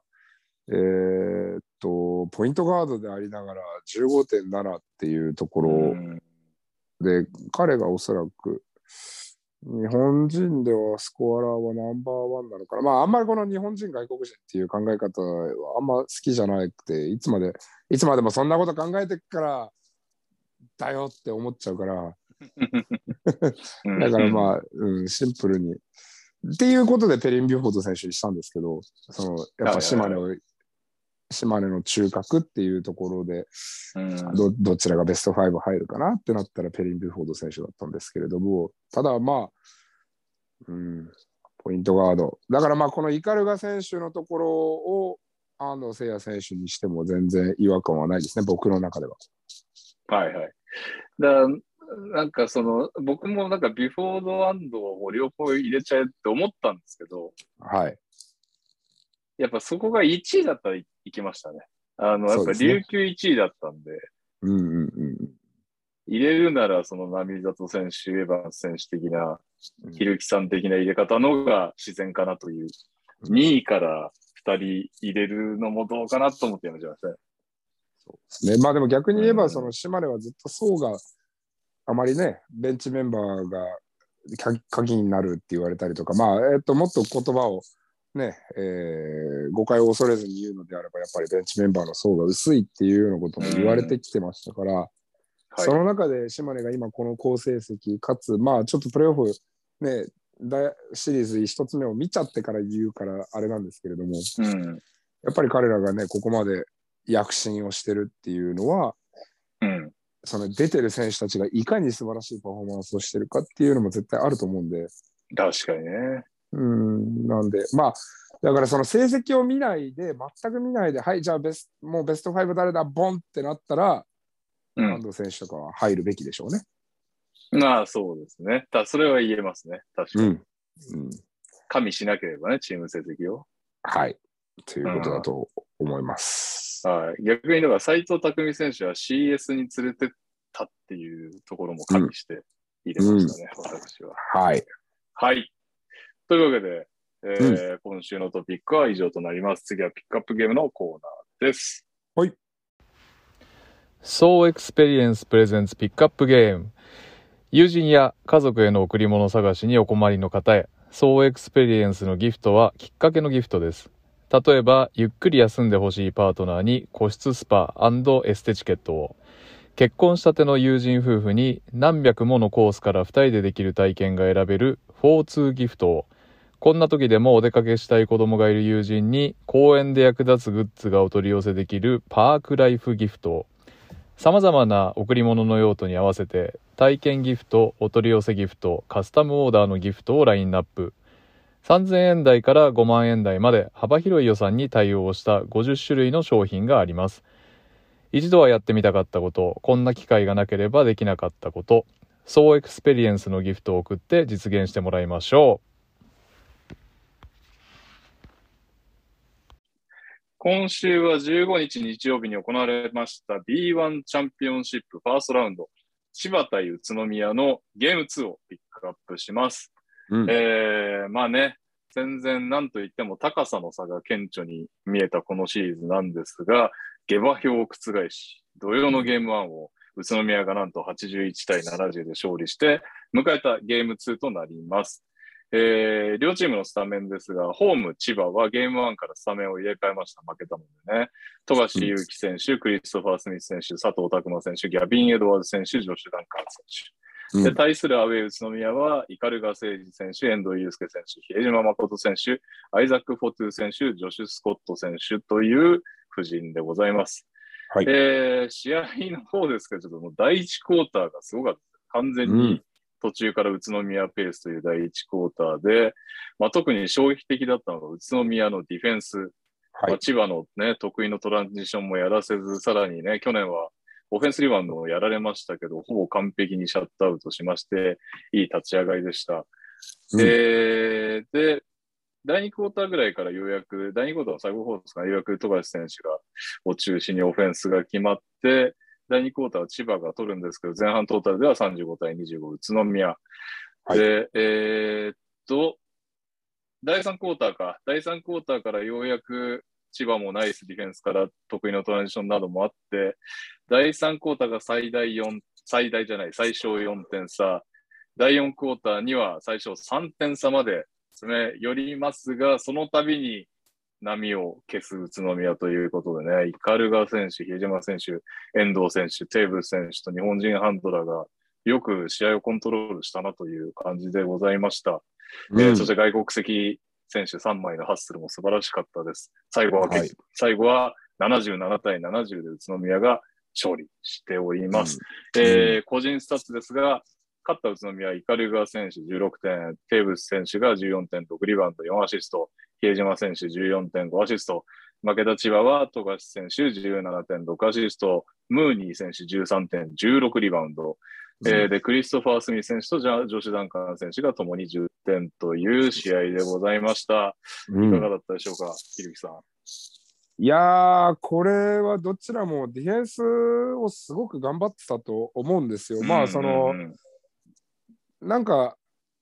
ポイントガードでありながら 15.7 っていうところで、彼がおそらく日本人ではスコアラーはナンバーワンなのかな。まああんまりこの日本人外国人っていう考え方はあんま好きじゃなくて、いつまでもそんなこと考えてっからだよって思っちゃうからだからまあ、シンプルにっていうことでペリン・ビュフォード選手にしたんですけど、やっぱ島根の中核っていうところで、どちらがベスト5入るかなってなったらペリン・ビュフォード選手だったんですけれども、ただまあ、ポイントガード。だからまあこのイカルガ選手のところを安藤聖也選手にしても全然違和感はないですね、僕の中では。 はいはい。なんか僕もなんかビフォードアンドを両方入れちゃえって思ったんですけど、 はい。 やっぱそこが1位だったらいきましたね。やっぱ琉球1位だったんで、入れるなら並里選手、エヴァンス選手的な、ひるきさん的な入れ方のが自然かなという、2位から2人入れるのもどうかなと思ってやめちゃいましたね。 そうですね。まあでも逆に言えば、島根はずっと層があまりね、ベンチメンバーが鍵になるって言われたりとか、まあ、もっと言葉をね、誤解を恐れずに言うのであれば、やっぱりベンチメンバーの層が薄いっていうようなことも言われてきてましたから、その中で島根が今この好成績、かつ、まあちょっとプレーオフ、ね、シリーズ1つ目を見ちゃってから言うからあれなんですけれども、やっぱり彼らがね、ここまで躍進をしてるっていうのは、その出てる選手たちがいかに素晴らしいパフォーマンスをしてるかっていうのも絶対あると思うんで。 確かにね。 なんで、まあ、だからその成績を見ないで、全く見ないで、はい、じゃあもうベスト5誰だ、ボンってなったら、安藤選手とかは入るべきでしょうね。 まあ、そうですね。それは言えますね。確かに。加味しなければね、チーム成績を。 はい。ということだと思います。 はい。逆に、だから斉藤匠選手は CS に連れてったっていうところも加味して入れましたね、私は。 はい。 はい。というわけで、今週のトピックは以上となります。次はピックアップゲームのコーナーです。 はい。 So Experience Presents ピックアップゲーム。友人や家族への贈り物探しにお困りの方へ、So Experience のギフトはきっかけのギフトです。例えば、ゆっくり休んでほしいパートナーに個室スパ&エステチケットを。結婚したての友人夫婦に何百ものコースから2人でできる体験が選べる4-2ギフトを。こんな時でもお出かけしたい子供がいる友人に公園で役立つグッズがお取り寄せできるパークライフギフトを。様々な贈り物の用途に合わせて体験ギフト、お取り寄せギフト、カスタムオーダーのギフトをラインナップ。3000円台から5万円台まで幅広い予算に対応した50種類の商品があります。一度はやってみたかったこと、こんな機会がなければできなかったこと、そうエクスペリエンスのギフトを送って実現してもらいましょう。 今週は15日日曜日に行われました B1 チャンピオンシップファーストラウンド、千葉対宇都宮のゲーム2をピックアップします。まあね、全然何と言っても高さの差が顕著に見えたこのシリーズなんですが、下馬評を覆し、土曜のゲーム1を宇都宮がなんと81対70で勝利して、迎えたゲーム2となります。両チームのスタメンですが、ホーム千葉はゲーム1からスタメンを入れ替えました。負けたのでね。富樫勇樹選手、クリストファー・スミス選手、佐藤拓磨選手、ギャビン・エドワード選手、ジョシュ・ダンカン選手。で、対するアウェー宇都宮は、鵤誠司選手、遠藤祐介選手、比江島誠選手、アイザック・フォトゥー選手、ジョシュ・スコット選手という布陣でございます。はい、試合の方ですけど、ちょっともう第1クォーターがすごかった。完全に途中から宇都宮ペースという第1クォーターで、特に衝撃的だったのが宇都宮のディフェンス。千葉のね、得意のトランジションもやらせず、さらにね、去年はオフェンスリバウンドをやられましたけど、ほぼ完璧にシャットアウトしまして、いい立ち上がりでした。で、第2クォーターぐらいからようやく、第2クォーターの最後の方ですかね、ようやく富樫選手を中心にオフェンスが決まって、第2クォーターは千葉が取るんですけど、前半トータルでは35対25、宇都宮。はい、で、第3クォーターか。第3クォーターからようやく千葉もナイスディフェンスから得意のトランジションなどもあって、第3クォーターが最小4点差。第4クォーターには最小3点差まで詰め寄りますが、その度に波を消す宇都宮ということでね、鵤選手、比江島選手、遠藤選手、テーブス選手と日本人ハンドラーがよく試合をコントロールしたなという感じでございました。そして外国籍選手3枚のハッスルも素晴らしかったです。最後は77対70で宇都宮が勝利しております。個人スタッツですが、勝った宇都宮は鵤選手16点、テーブス選手が14点、6リバウンド、4アシスト、比江島選手 14.5 アシスト、負けた千葉は富樫選手 17.6 アシスト、ムーニー選手 13 点、16リバウンド、で、クリストファー・スミス選手とジョシュ・ダンカン選手が共に10点という試合でございました。いかがだったでしょうか、ひるきさん。 いやー、これはどちらもディフェンスをすごく頑張ってたと思うんですよ。なんか、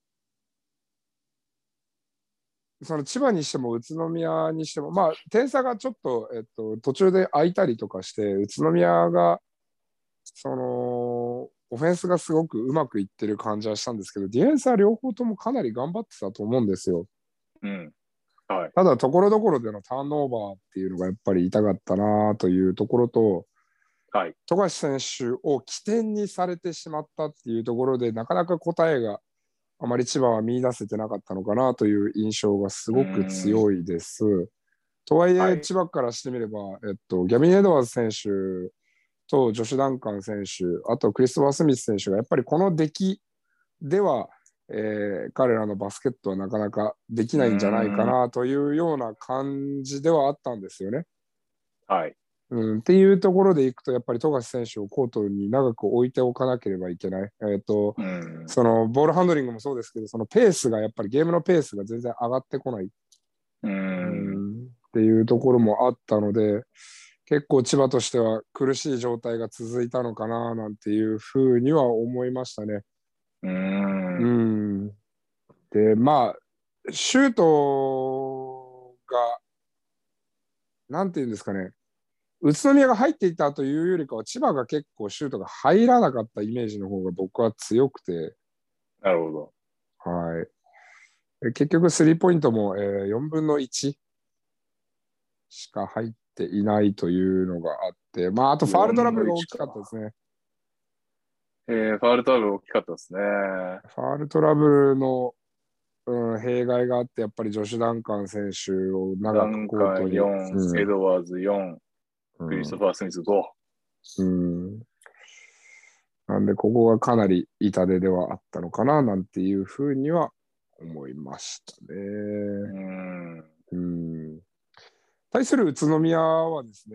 その千葉にしても宇都宮にしても、点差がちょっと、途中で空いたりとかして、宇都宮が、 オフェンスがすごくうまくいってる感じはしたんですけど、ディフェンスは両方ともかなり頑張ってたと思うんですよ。 はい、 ただ、ところどころでのターンオーバーっていうのがやっぱり痛かったなというところと、 はい、 富樫選手を起点にされてしまったっていうところで、なかなか答えがあまり千葉は見出せてなかったのかなという印象がすごく強いです。とはいえ、千葉からしてみれば、ギャビン・エドワーズ選手とジョシュ・ダンカン選手、あとクリストファー・スミス選手がやっぱりこの出来では、彼らのバスケットはなかなかできないんじゃないかなというような感じではあったんですよね。 はい。 っていうところでいくと、やっぱり富樫選手をコートに長く置いておかなければいけない。そのボールハンドリングもそうですけど、そのペースがやっぱりゲームのペースが全然上がってこない。っていうところもあったので、結構千葉としては苦しい状態が続いたのかななんていうふうには思いましたね。で、まあ、シュートが、なんていうんですかね、宇都宮が入っていたというよりかは、千葉が結構シュートが入らなかったイメージの方が僕は強くて。 なるほど。 はい。結局、スリーポイントも、4分の1しか入っていないというのがあって、まあ、あとファールトラブルが大きかったですね。 ファールトラブル大きかったですね。 ファールトラブルの、弊害があって、やっぱりジョシュ・ダンカン選手を長くコートに。 ダンカン4、エドワーズ4、クリストファー・スミス5。 なんで、ここがかなり痛手ではあったのかな、なんていうふうには思いましたね。対する宇都宮はですね、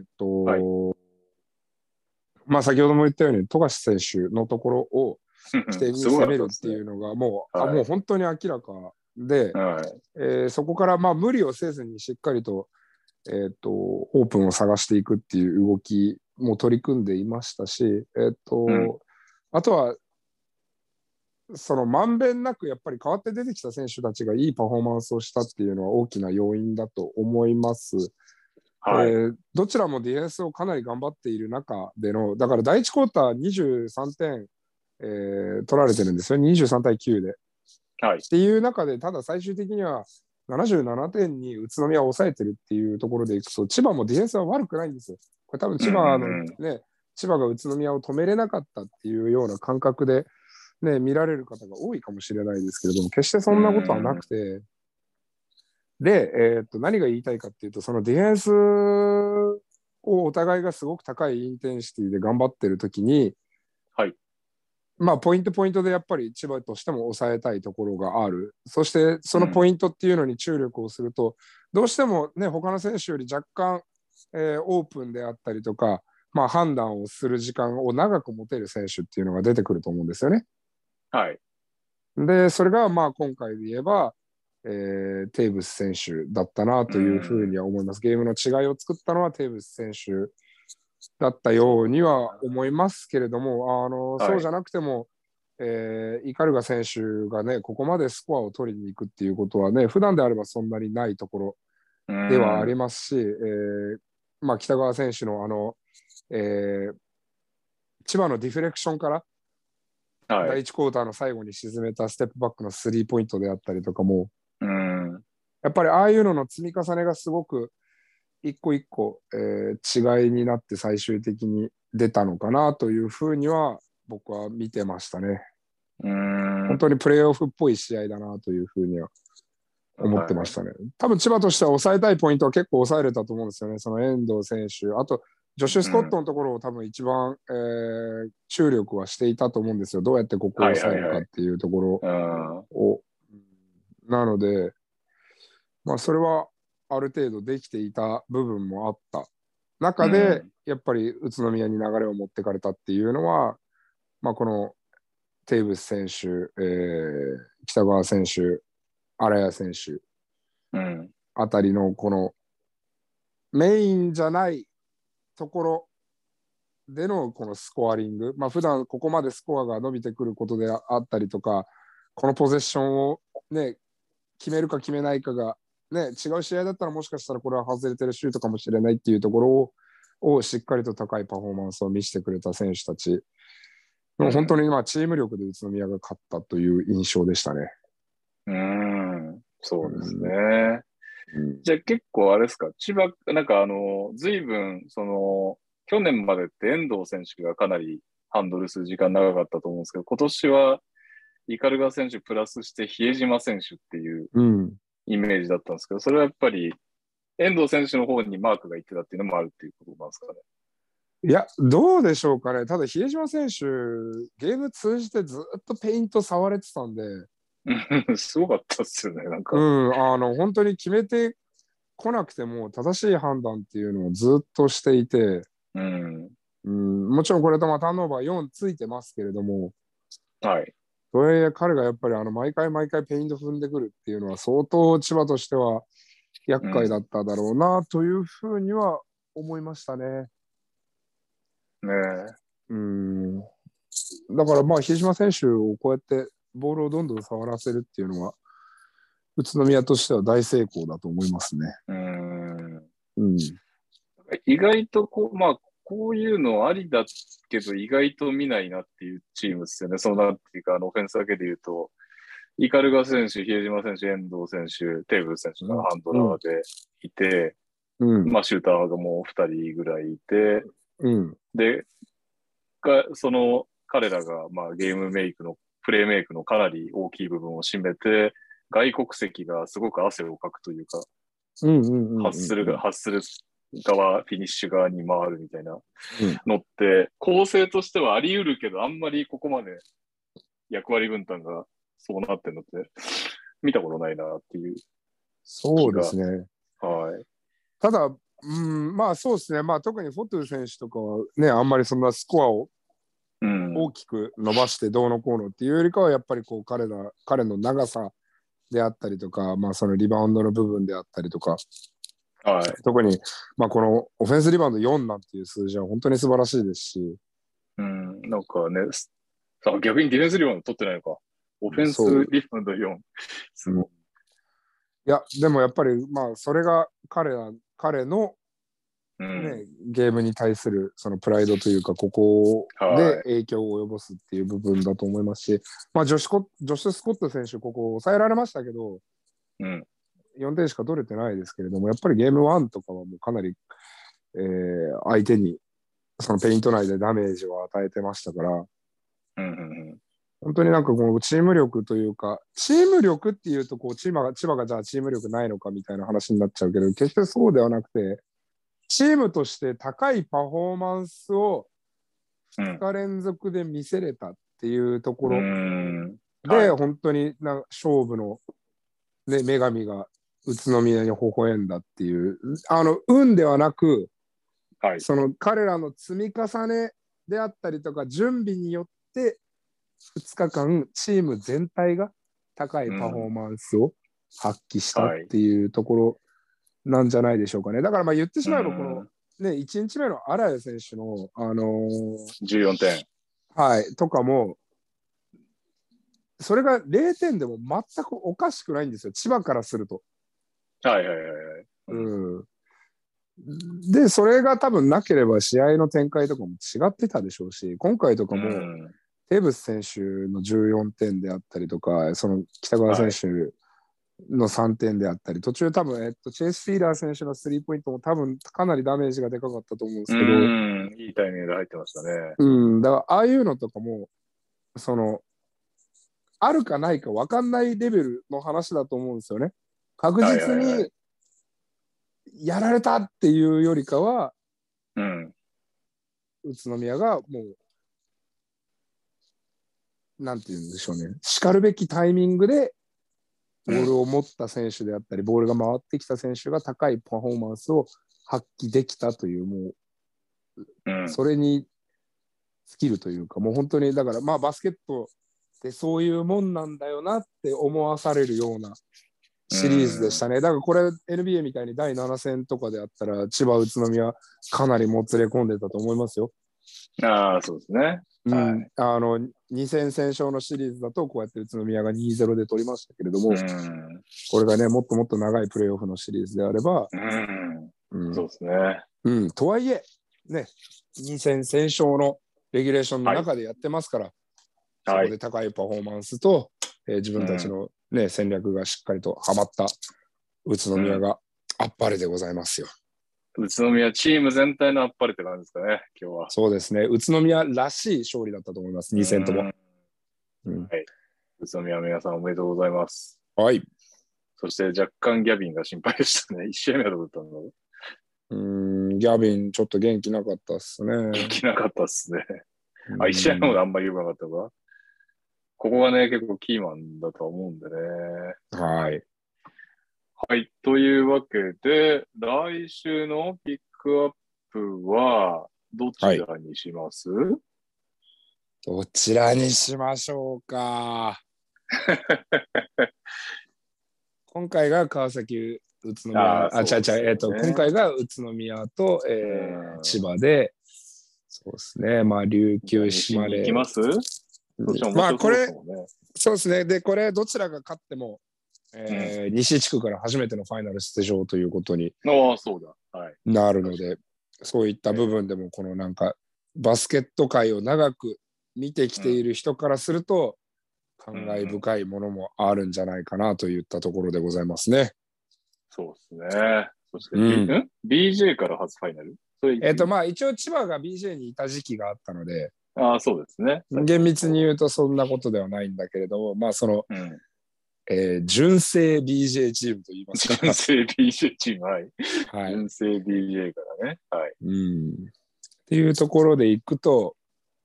まあ先ほども言ったように、富樫選手のところを起点に攻めるっていうのがもう、もう本当に明らかで、そこからまあ無理をせずにしっかりと、オープンを探していくっていう動きも取り組んでいましたし、あとは、そのまんべんなくやっぱり変わって出てきた選手たちがいいパフォーマンスをしたっていうのは大きな要因だと思います。どちらもディフェンスをかなり頑張っている中での、だから第1クォーター23点、取られてるんですよ、23対9で。っていう中で、ただ最終的には77点に宇都宮を抑えてるっていうところでいくと、千葉もディフェンスは悪くないんですよ。これ多分千葉のね、千葉が宇都宮を止めれなかったっていうような感覚で、ね、見られる方が多いかもしれないですけれども、決してそんなことはなくて、で、何が言いたいかっていうと、そのディフェンスをお互いがすごく高いインテンシティで頑張ってるときに、まあ、ポイントでやっぱり千葉としても抑えたいところがある。そして、そのポイントっていうのに注力をすると、どうしてもね、他の選手より若干、オープンであったりとか、まあ、判断をする時間を長く持てる選手っていうのが出てくると思うんですよね。で、それがまあ今回で言えば、テーブス選手だったなというふうには思います。ゲームの違いを作ったのはテーブス選手だったようには思いますけれども、そうじゃなくても、イカルガ選手がね、ここまでスコアを取りに行くっていうことはね、普段であればそんなにないところではありますし、まあ、北川選手の千葉のディフレクションから、第1クォーターの最後に沈めたステップバックのスリーポイントであったりとかも、やっぱりああいうのの積み重ねがすごく一個一個、違いになって最終的に出たのかなというふうには僕は見てましたね。本当にプレーオフっぽい試合だなというふうには思ってましたね。多分千葉としては抑えたいポイントは結構抑えれたと思うんですよね。その遠藤選手、あとジョシュ・スコットのところを多分一番、注力はしていたと思うんですよ。どうやってここを抑えるかっていうところを。なので、まあそれはある程度できていた部分もあった中で、やっぱり宇都宮に流れを持ってかれたっていうのは、まあこのテーブス選手、北川選手、荒谷選手あたりのこのメインじゃないところでのこのスコアリング、まあ普段ここまでスコアが伸びてくることであったりとか、このポゼッションをね、決めるか決めないかがね、違う試合だったらもしかしたらこれは外れてるシュートかもしれないっていうところをしっかりと高いパフォーマンスを見せてくれた選手たちも本当にチーム力で宇都宮が勝ったという印象でしたね。 そうですね。じゃあ結構あれですか、千葉、なんか随分、去年までって遠藤選手がかなりハンドルする時間長かったと思うんですけど、今年は鵤選手プラスして比江島選手っていうイメージだったんですけど、それはやっぱり遠藤選手の方にマークがいってたっていうのもあるっていうことなんですかね。 いや、どうでしょうかね。ただ、比江島選手、ゲーム通じてずっとペイント触れてたんで。 すごかったっすよね、なんか。 本当に決めてこなくても正しい判断っていうのをずっとしていて、もちろんこれとターンオーバー4ついてますけれども、 はい。 それ彼がやっぱり毎回ペイント踏んでくるっていうのは相当千葉としては厄介だっただろうなというふうには思いましたね。だから比江島選手をこうやってボールをどんどん触らせるっていうのは宇都宮としては大成功だと思いますね。 意外とこういうのありだけど意外と見ないなっていうチームですよね。そうなっていうか、オフェンスだけで言うと、鵤選手、比江島選手、遠藤選手、テーブル選手がハンドラーでいて、シューターがもう2人ぐらいいて、で、その彼らがゲームメイクの、プレーメイクのかなり大きい部分を占めて、外国籍がすごく汗をかくというか、発する側、フィニッシュ側に回るみたいなのって、構成としてはあり得るけど、あんまりここまで役割分担がそうなってるのって見たことないなっていう。 そうですね。 はい。 ただ、そうですね。特にフォトゥ選手とかはね、あんまりそんなスコアを大きく伸ばしてどうのこうのっていうよりかは、やっぱり彼の長さであったりとか、そのリバウンドの部分であったりとか、特に、このオフェンスリバウンド4なんていう数字は本当に素晴らしいですし。 なんかね、逆にディフェンスリバウンド取ってないのか。オフェンスリバウンド4。すごい。 いや、でもやっぱり、それが彼の、ゲームに対するそのプライドというか、ここで影響を及ぼすっていう部分だと思いますし、ジョシュ・スコット選手、ここ抑えられましたけど、4点しか取れてないですけれども、やっぱりゲーム1とかはもうかなり、相手にそのペイント内でダメージを与えてましたから、本当になんかこうチーム力というか、チーム力っていうと千葉がじゃあチーム力ないのかみたいな話になっちゃうけど、決してそうではなくて、チームとして高いパフォーマンスを2日連続で見せれたっていうところで、本当に勝負の、女神が宇都宮に微笑んだっていう、運ではなく、その彼らの積み重ねであったりとか準備によって2日間チーム全体が高いパフォーマンスを発揮したっていうところなんじゃないでしょうかね。だから言ってしまえばこの、1日目の荒谷選手の、 14点、 とかもそれが0点でも全くおかしくないんですよ、千葉からすると。で、それが多分なければ試合の展開とかも違ってたでしょうし、今回とかもテーブス選手の14点であったりとか、その北川選手の3点であったり、途中多分、チェイス・フィーラー選手のスリーポイントも多分かなりダメージがでかかったと思うんですけど、 いいタイミングで入ってましたね。 だからああいうのとかもあるかないか分かんないレベルの話だと思うんですよね。確実にやられたっていうよりかは、宇都宮がもうなんて言うんでしょうね、しかるべきタイミングでボールを持った選手であったり、ボールが回ってきた選手が高いパフォーマンスを発揮できたという、もう、それに尽きるというか、もう本当にだからバスケットでそういうもんなんだよなって思わされるようなシリーズでしたね。だからこれ NBA みたいに第7戦とかであったら千葉宇都宮かなりもつれ込んでたと思いますよ。 そうですね。 2戦先勝のシリーズだとこうやって宇都宮が 2-0 で取りましたけれども、これがねもっともっと長いプレーオフのシリーズであれば、 そうですね。 とはいえね、2戦先勝のレギュレーションの中でやってますから、そこで高いパフォーマンスと、自分たちの、ね、戦略がしっかりとはまった宇都宮があっぱれでございますよ。 宇都宮チーム全体のあっぱれって感じですかね、今日は。 そうですね。宇都宮らしい勝利だったと思います、2戦とも。 はい。宇都宮皆さんおめでとうございます。 はい。 そして若干ギャビンが心配でしたね。1試合目はどうだったんだろう。ギャビンちょっと元気なかったっすね。 元気なかったっすね。1試合目もあんまり良くなかったか。ここがね、結構キーマンだと思うんでね。 はい。 はい。というわけで、来週のピックアップは、どちらにします？ どちらにしましょうか。今回が川崎、宇都宮、今回が宇都宮と、千葉で、そうですね。まあ、琉球、島根。 行きます？ まあ、これ、そうですね。で、これ、どちらが勝っても、西地区から初めてのファイナル出場ということになるので、そういった部分でも、このなんか、バスケット界を長く見てきている人からすると、感慨深いものもあるんじゃないかなといったところでございますね。 そうですね。そして、BJ から初ファイナル？ まあ、一応千葉が BJ にいた時期があったので、 そうですね。 厳密に言うとそんなことではないんだけれども、まあその、純正 BJ チームと言いますか。 純正 BJ チーム、はい。純正 BJ からね。はい。 っていうところでいくと、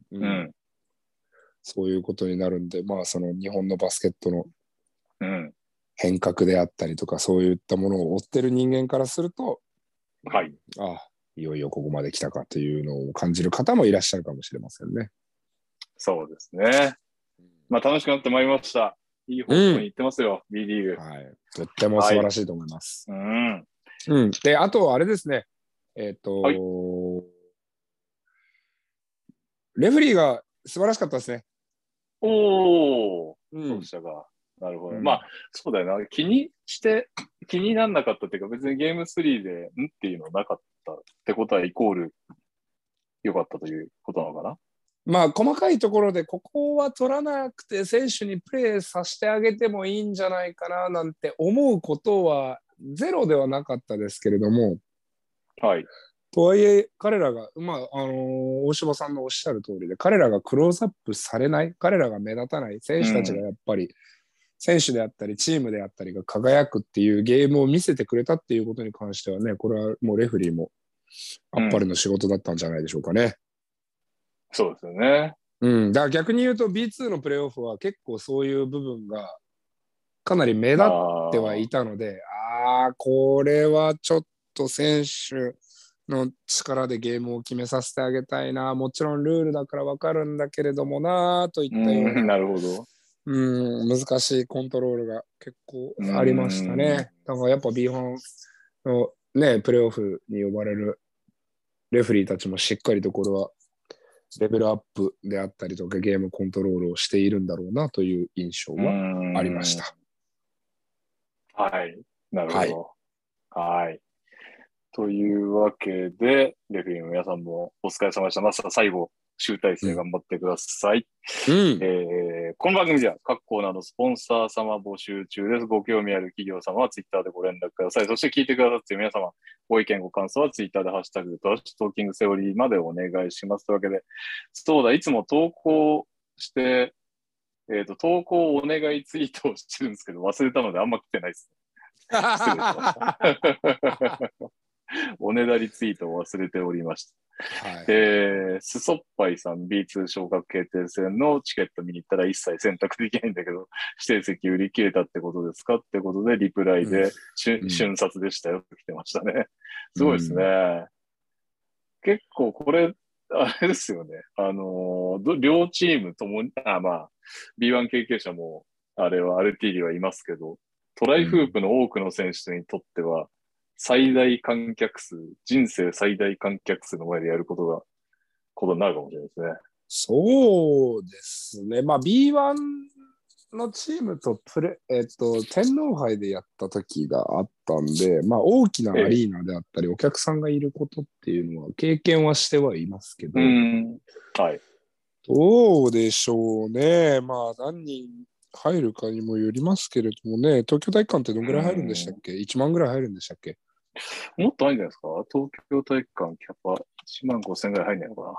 そういうことになるんで、まあその日本のバスケットの変革であったりとか、そういったものを追ってる人間からすると、いよいよここまで来たかというのを感じる方もいらっしゃるかもしれませんね。 そうですね。まあ楽しくなってまいりました。いい方向に行ってますよ、B リーグ。 はい。とっても素晴らしいと思います。で、あとあれですね。レフェリーが素晴らしかったですね。 そうでしたか。なるほど。まあ、そうだよな。気になんなかったっていうか、別にゲーム3で、っていうのなかったってことは、イコール、良かったということなのかな。 まあ、細かいところで、ここは取らなくて、選手にプレーさせてあげてもいいんじゃないかな、なんて思うことは、ゼロではなかったですけれども、とはいえ、彼らが、大柴さんのおっしゃる通りで、彼らがクローズアップされない、彼らが目立たない、選手たちがやっぱり、選手であったり、チームであったりが輝くっていうゲームを見せてくれたっていうことに関してはね、これはもうレフェリーもあっぱれの仕事だったんじゃないでしょうかね。 そうですよね。 だから逆に言うと B2 のプレーオフは結構そういう部分がかなり目立ってはいたので、これはちょっと選手の力でゲームを決めさせてあげたいな、もちろんルールだから分かるんだけれどもなといったような、 なるほど。 難しいコントロールが結構ありましたね。だからやっぱ B1 のね、プレーオフに呼ばれるレフェリーたちもしっかりとこれはレベルアップであったりとかゲームコントロールをしているんだろうなという印象はありました。 はい。なるほど。はい。というわけで、レフェリーの皆さんもお疲れ様でした。まずは最後、集大成頑張ってください。この番組では各コーナーのスポンサー様募集中です。ご興味ある企業様はツイッターでご連絡ください。そして聞いてくださっている皆様、ご意見ご感想はツイッターでハッシュタグトーキングセオリーまでお願いします。というわけで、そうだ、いつも投稿して、投稿お願いツイートをしてるんですけど、忘れたのであんま来てないです。失礼しました。おねだりツイートを忘れておりました。スソッパイさん B2 昇格決定戦のチケット見に行ったら一切選択できないんだけど、指定席売り切れたってことですかってことで、リプライで、瞬殺でしたよって来てましたね。すごいですね。結構これ、あれですよね。両チームともに、B1 経験者も、あれは RT はいますけど、トライフープの多くの選手にとっては、最大観客数、人生最大観客数の前でやることになるかもしれないですね。 そうですね。まあ B1 のチームと天皇杯でやった時があったんで、まあ大きなアリーナであったり、お客さんがいることっていうのは経験はしてはいますけど、 どうでしょうね。まあ、何人入るかにもよりますけれどもね、東京体育館ってどんぐらい入るんでしたっけ？ 1 万ぐらい入るんでしたっけ？ もっと入るんじゃないですか？東京体育館キャパ1万5千ぐらい入んないのか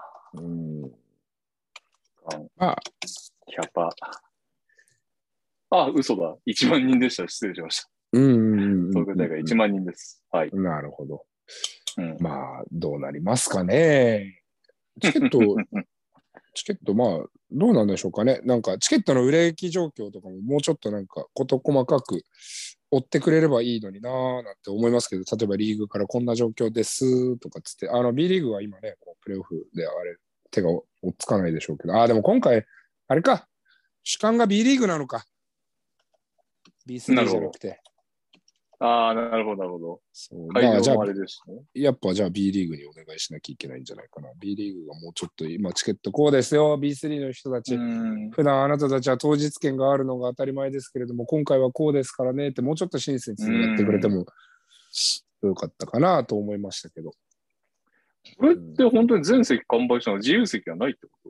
な。 あ、 キャパ。あ、嘘だ。1万人でした。失礼しました。東京大会1万人です。はい。 なるほど。まあ、どうなりますかね。チケット、まあ、どうなんでしょうかね。なんか、チケットの売れ行き状況とかももうちょっとなんか、事細かく追ってくれればいいのになーなんて思いますけど、例えばリーグからこんな状況ですとかつって、B リーグは今ね、プレーオフで手が追っつかないでしょうけど、でも今回、あれか、主幹が B リーグなのか。B3 じゃなくて。 なるほど、なるほど。 会場もあれですね。やっぱじゃあ B リーグにお願いしなきゃいけないんじゃないかな。B リーグがもうちょっと今チケットこうですよ。B3 の人たち。普段あなたたちは当日券があるのが当たり前ですけれども、今回はこうですからねってもうちょっと親切にやってくれてもよかったかなと思いましたけど。 これって本当に全席完売したの自由席はないってこと？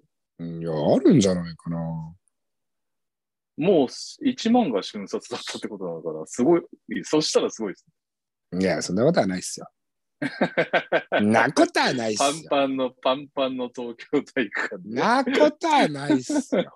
いや、あるんじゃないかな。 もう1万が瞬殺だったってことなのかな。すごい。そしたらすごいですね。いや、そんなことはないっすよ。なことはないっすよ。 パンパンの東京体育館で。なことはないっすよ。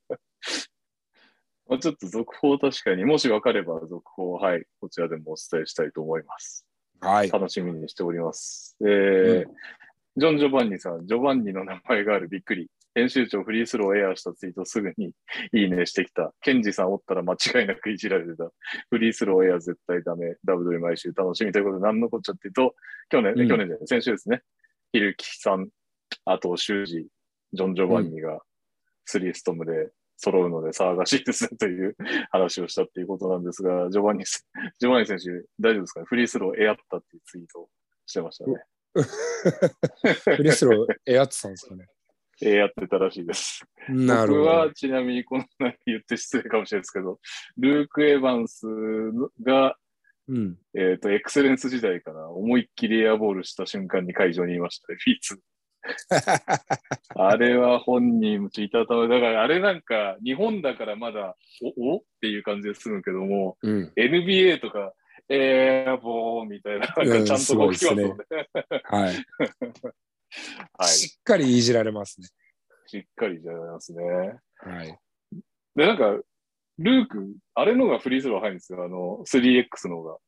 ちょっと続報確かに、もし分かれば続報、はい、こちらでもお伝えしたいと思います。 はい。 楽しみにしております。ジョン・ジョバンニさん、ジョバンニの名前があるびっくり。編集長フリースローエアーしたツイートすぐにいいねしてきた。ケンジさんおったら間違いなくいじられてた。フリースローエアー絶対ダメ。WW 毎週楽しみということで何のこっちゃっていうと、去年じゃない、先週ですね。ひるきさん、あと修二、ジョン・ジョバンニがスリーストムで揃うので騒がしいですねという話をしたっていうことなんですが、ジョバンニ選手、大丈夫ですかね？フリースローエアったっていうツイートをしてましたね。 フリースローエアってたんですかね？ やってたらしいです。 なるほど。 僕はちなみにこんなに言って失礼かもしれないですけど、ルーク・エヴァンスが、エクセレンス時代から思いっきりエアボールした瞬間に会場にいましたね、フィーツ。あれは本人もいたため、だからあれなんか日本だからまだおっていう感じで済むけども、NBA とかエアボーみたいな、なんかちゃんと動きますもんね。 はい。はい、しっかりいじられますね。 しっかりいじられますね。 はい。 で、なんか、ルーク、あれのがフリースロー入るんですよ。3X のが。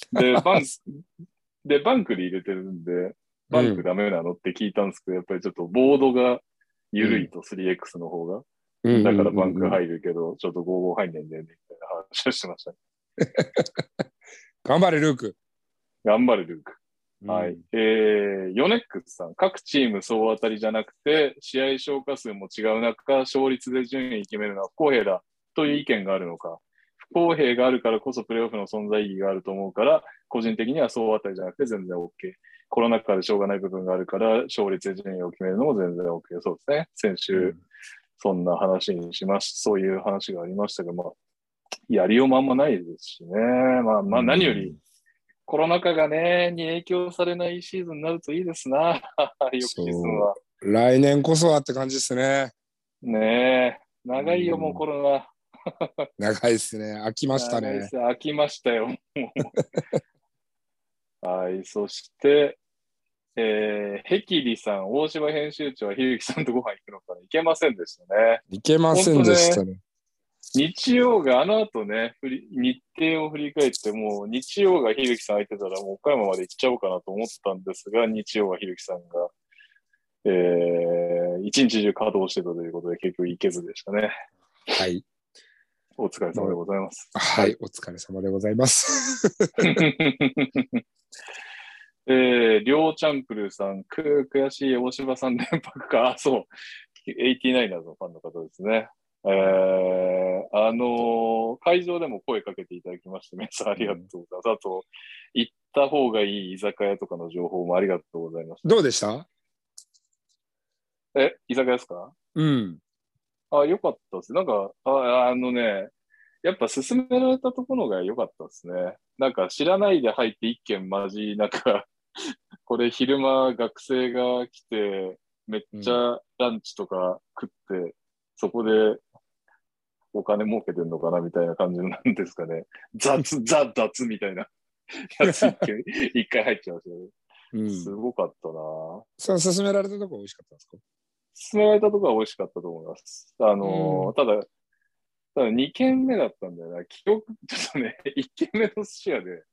で、バンクで入れてるんで、バンクダメなのって聞いたんですけど、やっぱりちょっとボードが緩いと 3X の方が。だからバンク入るけど、ちょっと55入んねんだよね、みたいな話をしてましたね。 頑張れ、ルーク。 頑張れ、ルーク。はい。ヨネックスさん、各チーム総当たりじゃなくて、試合消化数も違う中、勝率で順位決めるのは不公平だという意見があるのか。不公平があるからこそプレーオフの存在意義があると思うから、個人的には総当たりじゃなくて全然 OK。コロナ禍でしょうがない部分があるから、勝率で順位を決めるのも全然 OK。そうですね。先週、そんな話にしまし、そういう話がありましたが、まあ、やりようもあんまないですしね。まあ何より、コロナ禍がね、に影響されないシーズンになるといいですな。翌シーズンは。 来年こそはって感じですね。 ねえ。長いよ、もうコロナ。 長いですね。飽きましたね。 飽きましたよ。はい。そして、ヘキリさん、大島編集長はひるきさんとご飯行くのかな？行けませんでしたね。 行けませんでしたね。 日曜があの後ね、日程を振り返って、もう日曜がひるきさん空いてたら、もう岡山まで行っちゃおうかなと思ったんですが、日曜はひるきさんが、一日中稼働してたということで、結局行けずでしたね。 はい。 お疲れ様でございます。 はい、お疲れ様でございます。 りょうチャンプルーさん、悔しい大柴さん連泊か。そう。89ers のファンの方ですね。会場でも声かけていただきまして、皆さんありがとうございます。あと、行った方がいい居酒屋とかの情報もありがとうございました。 どうでした？ 居酒屋ですか？ うん。 よかったです。なんか、やっぱ勧められたところが良かったですね。なんか知らないで入って一軒なんか、これ昼間学生が来て、 めっちゃランチとか食って、そこでお金儲けてんのかなみたいな感じなんですかね。ザ・雑みたいなやつ一回入っちゃいましたね。すごかったな。 その勧められたとこ美味しかったんですか？ 勧められたとこは美味しかったと思います。ただ2軒目だったんだよな。記憶、ちょっとね、1軒目の寿司屋で、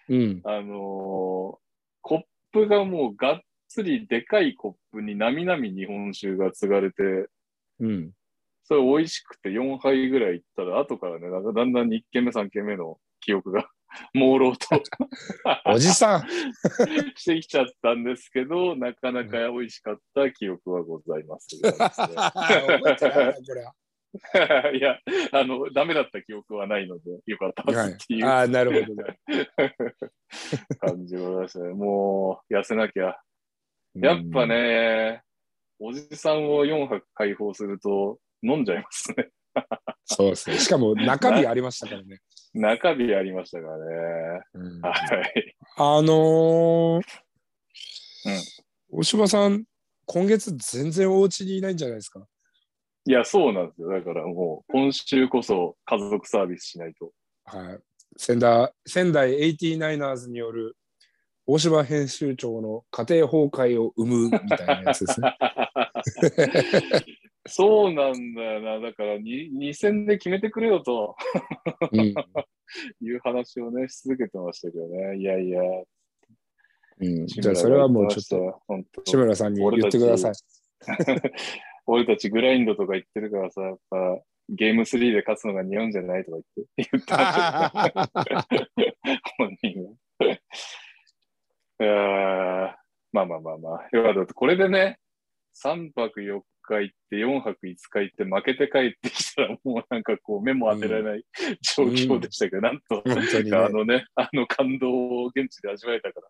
コップがもうがっつりでかいコップになみなみ日本酒が継がれて、それ美味しくて4杯ぐらいいったら、後からね、なんかだんだん1軒目、3軒目の記憶が朦朧とおじさんしてきちゃったんですけど、なかなか美味しかった記憶はございます。 覚えてないな、これは。 いや、ダメだった記憶はないので、よかったっていう、 ああ、なるほどね。 感じがましたね。もう、痩せなきゃ。やっぱね、おじさんを4泊解放すると飲んじゃいますね。 そうですね。しかも中身ありましたからね。 中身ありましたからね。はい。 大島さん、今月全然お家にいないんじゃないですか？ いや、そうなんですよ。だからもう、今週こそ家族サービスしないと。 はい。仙台 89ers による大島編集長の家庭崩壊を生むみたいなやつですね。 そうなんだよな。だから2戦で決めてくれよと、いう話をね、し続けてましたけどね。いやいや。 じゃあそれはもうちょっと志村さんに言ってください。 俺たちグラインドとか言ってるからさ、やっぱゲーム3で勝つのが似合うんじゃないとか言ってました本人は。まあ。よかった。これでね、3泊4日行って4泊5日行って負けて帰ってきたらもうなんかこう目も当てられない状況でしたけど、なんと、 本当にね、感動を現地で味わえたから、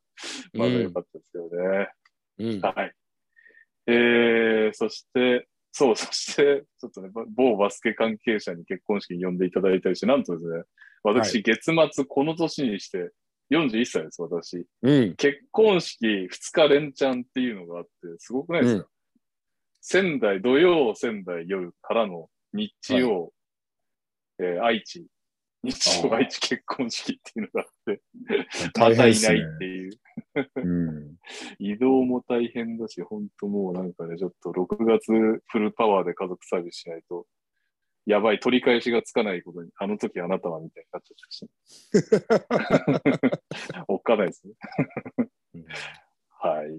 まだよかったですけどね。はい。そして、ちょっとね、某バスケ関係者に結婚式に呼んでいただいたりして、なんとですね、私、月末この年にして41歳です、私。結婚式2日連チャンっていうのがあって、すごくないですか？土曜仙台夜からの日曜、愛知結婚式っていうのがあって、またいないっていう。移動も大変だし、本当もうなんかね、ちょっと6月フルパワーで家族サービスしないと、やばい、取り返しがつかないことに、あの時あなたはみたいになっちゃったし、おっかないですね。はい。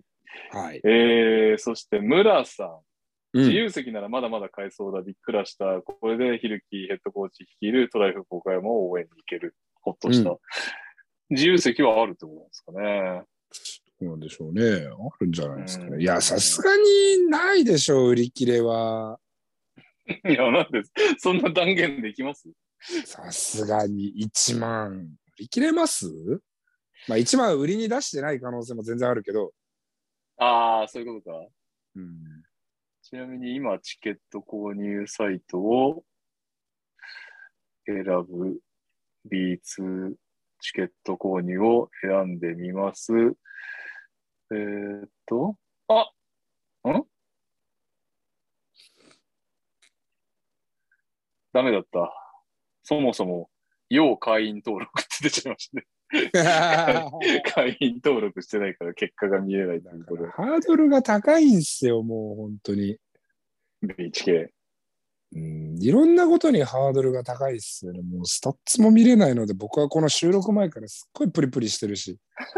そして、村さん。自由席ならまだまだ買えそうだ、びっくらした。これで、ヒルキーヘッドコーチ率いるトライフ岡山を応援に行ける。ほっとした。自由席はあるってことなんですかね。 そうなんでしょうね。あるんじゃないですかね。いや、さすがにないでしょう、売り切れは。 いや、なんで、そんな断言できます？ さすがに1万。売り切れます？まあ、1万売りに出してない可能性も全然あるけど。 ああ、そういうことか。ちなみに今、チケット購入サイトを選ぶ B2 チケット購入を選んでみます。ダメだった。そもそも、要会員登録って出ちゃいましたね。会員登録してないから結果が見えないということで。 ハードルが高いんですよ、もう本当に。 BHK。 いろんなことにハードルが高いっすよね。もうスタッツも見れないので、僕はこの収録前からすっごいプリプリしてるし。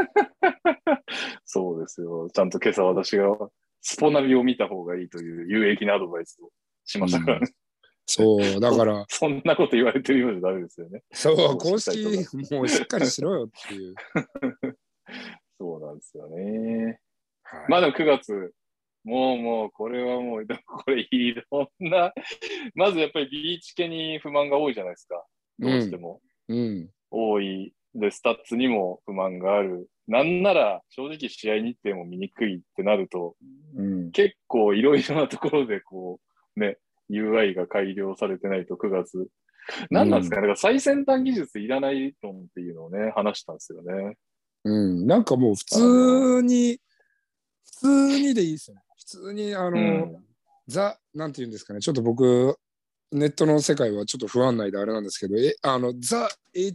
そうですよ。ちゃんと今朝私がスポナビを見た方がいいという有益なアドバイスをしましたからね。 そう、だからそんなこと言われてるようじゃダメですよね。 そう、公式もうしっかりしろよっていう。 そうなんですよね。まあでも9月、もう、これはもう、これいろんな、まずやっぱりビーチ系に不満が多いじゃないですか。どうしても。多い。で、スタッツにも不満がある。なんなら、正直試合日程も見にくいってなると、結構いろいろなところでこう、ね、UI が改良されてないと9月。何なんですかね。だから最先端技術いらないとっていうのをね、話したんですよね。 なんかもう普通にでいいですよね。普普通になんていうんですかね、ちょっと僕、ネットの世界はちょっと不安内であれなんですけど、ザ・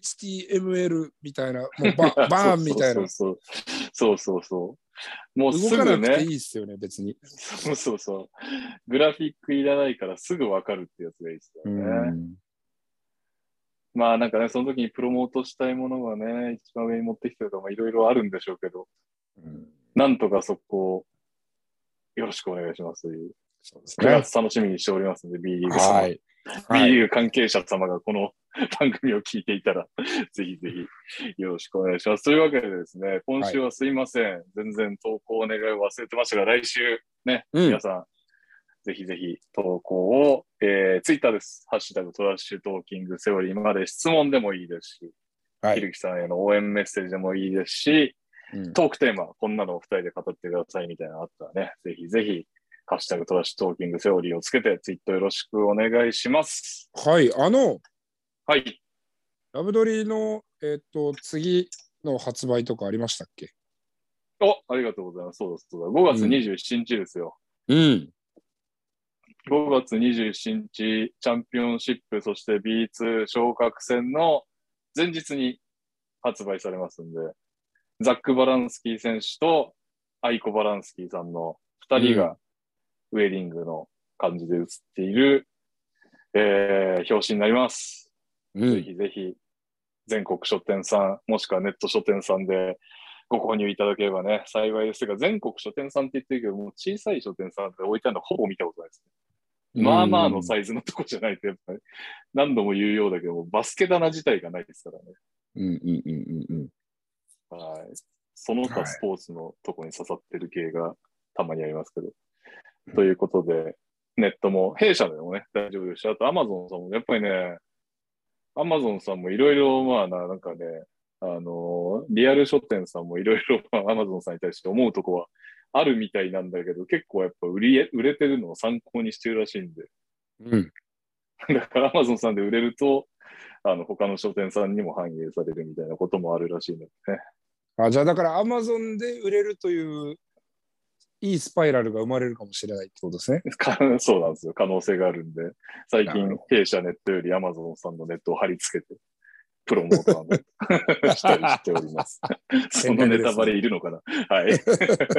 HTML みたいな、もうバーンみたいな。 そう。もうすぐね。 動かなくていいっすよね、別に。 そう。グラフィックいらないからすぐわかるってやつがいいっすよね。まあなんかね、その時にプロモートしたいものがね、一番上に持ってきてるとか、いろいろあるんでしょうけど、なんとかそこをよろしくお願いしますという。 そうですね。 9月楽しみにしておりますので、B リーグ様。 はい。 B リーグ関係者様がこの番組を聞いていたら、ぜひぜひよろしくお願いします。というわけでですね、今週はすいません。全然投稿お願いを忘れてましたが、来週ね、皆さん、ぜひぜひ投稿を、ツイッターです。ハッシュタグトラッシュトーキングセオリーまで質問でもいいですし、ひるきさんへの応援メッセージでもいいですし、トークテーマ、こんなのを2人で語ってくださいみたいなのあったらね、ぜひぜひ、ハッシュタグトラッシュトーキングセオリーをつけてツイートよろしくお願いします。 はい、 はい。 ラブドリの、次の発売とかありましたっけ？ ありがとうございます。そうだ。5月27日ですよ。 5 月27日、チャンピオンシップ、そして B2 昇格戦の前日に発売されますんで、ザック・バランスキー選手とアイコ・バランスキーさんの2人がウェディングの感じで写っている、表紙になります。ぜひぜひ全国書店さん、もしくはネット書店さんでご購入いただければね、幸いですが、全国書店さんって言ってるけど、もう小さい書店さんで置いてあるのほぼ見たことないですね。まあまあのサイズのとこじゃないと、やっぱり何度も言うようだけど、バスケ棚自体がないですからね。はい。その他スポーツのとこに刺さってる系がたまにありますけど。ということで、ネットも、弊社でもね、大丈夫ですし、あとアマゾンさんも、やっぱりね、アマゾンさんもいろいろ、まあなんかね、リアル書店さんもいろいろアマゾンさんに対して思うとこはあるみたいなんだけど、結構やっぱ売れてるのを参考にしてるらしいんで。だからアマゾンさんで売れると、他の書店さんにも反映されるみたいなこともあるらしいのでね。 じゃあだからアマゾンで売れるといういいスパイラルが生まれるかもしれないってことですね。 そうなんですよ。可能性があるんで、最近弊社ネットよりアマゾンさんのネットを貼り付けて、プロモーターもしたりしております。そのネタバレいるのかな？はい。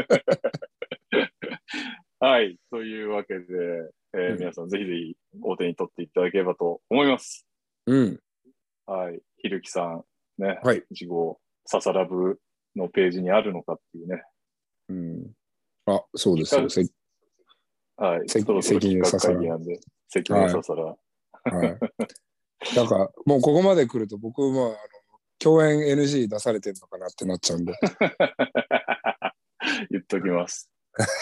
はい。というわけで、皆さんぜひぜひお手に取っていただければと思います。はい。ひるきさん、ね。1号、ササラブのページにあるのかっていうね。 そうですよ。 はい。そろそろ企画会議なんで、関根ササラ。 なんか、もうここまで来ると僕は、共演 NG 出されてるのかなってなっちゃうんで。 言っときます。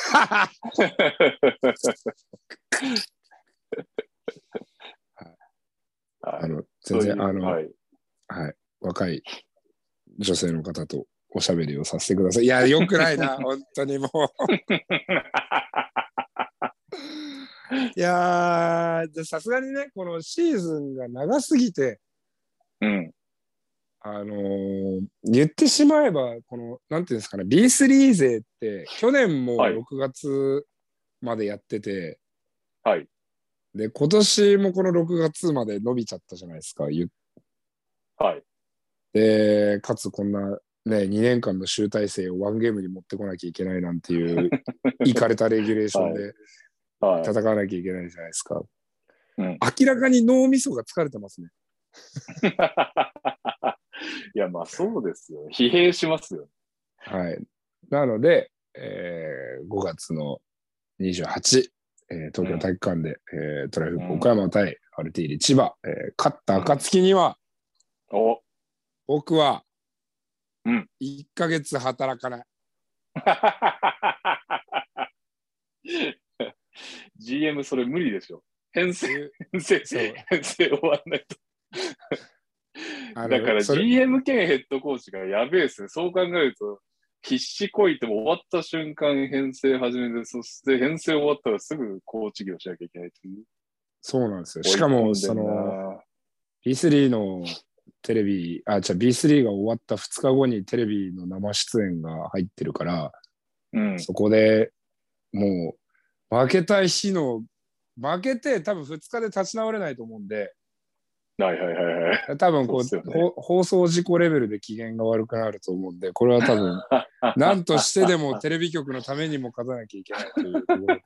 全然、若い女性の方とおしゃべりをさせてください。いや、よくないな、本当にもう。いやー、さすがにね、このシーズンが長すぎて、言ってしまえば、なんていうんですかね、B3 勢って、去年も6月までやってて、で、今年もこの6月まで伸びちゃったじゃないですか。で、かつこんな、ね、2年間の集大成をワンゲームに持ってこなきゃいけないなんていう、いかれたレギュレーションで戦わなきゃいけないじゃないですか。明らかに脳みそが疲れてますね。 いや、まあそうですよ。疲弊しますよ。 はい。なので、5月の28、東京体育館で、トライフープ岡山対アルティーリ千葉、勝った暁には、僕は1ヶ月働かない。 GM それ無理でしょ。編成終わんないと。だから GM 兼ヘッドコーチがやべえっすね。そう考えると、必死こいても終わった瞬間編成始めて、そして編成終わったらすぐコーチ業しなきゃいけないという。 そうなんですよ。しかも、B3 のテレビ、B3 が終わった2日後にテレビの生出演が入ってるから、そこで、 もう負けたい日の負けて多分2日で立ち直れないと思うんで、 はいはいはいはい。 多分こう、 ね、 放送事故レベルで機嫌が悪くなると思うんで、これは多分何としてでもテレビ局のためにも勝たなきゃいけないというところで。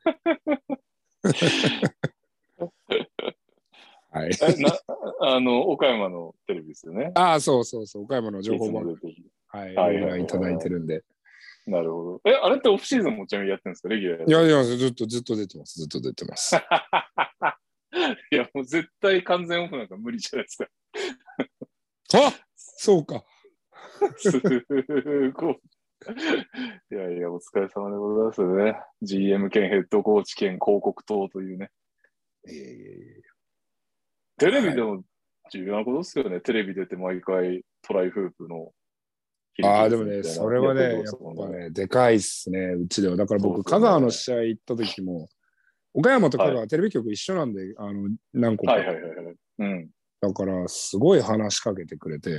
はい。 岡山のテレビですよね。 ああ、そうそうそう、岡山の情報番組。はい、レギュラーいただいてるんで。 なるほど。あれってオフシーズンもちなみにやってるんですか、レギュラー？ いやいや、ずっと出てます。ずっと出てます。 いや、もう絶対完全オフなんか無理じゃないですか。 あ、そうか。 すごい。いやいや、お疲れ様でございますね。GM 兼ヘッドコーチ兼広告塔というね。テレビでも重要なことですよね。テレビ出て毎回トライフープの。 ああ、でもね、それはね、やっぱね、でかいっすね、うちでは。だから僕、香川の試合行った時も、岡山と香川、テレビ局一緒なんで、何個か。 はいはいはいはい。うん。 だから、すごい話しかけてくれて、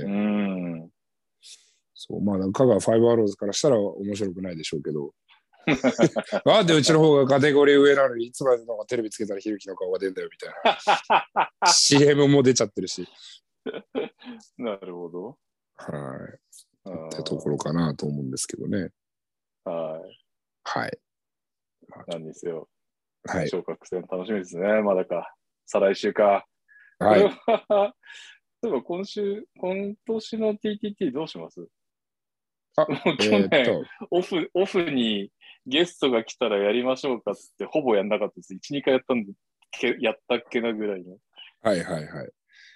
そう、まあ、香川ファイブアローズからしたら面白くないでしょうけど、なんでうちの方がカテゴリー上なのに、いつまでなんかテレビつけたらひるきの顔が出んだよみたいな。CM も出ちゃってるし。 なるほど。 はい。ってところかなと思うんですけどね。 はい。 はい。 なんですよ。 はい。 昇格戦楽しみですね。まだか。再来週か。 はい。 例えば今年の TTT どうします？もう去年、オフにゲストが来たらやりましょうかってほぼやんなかったです。1、2回やったっけなぐらいの。 はいはいはい。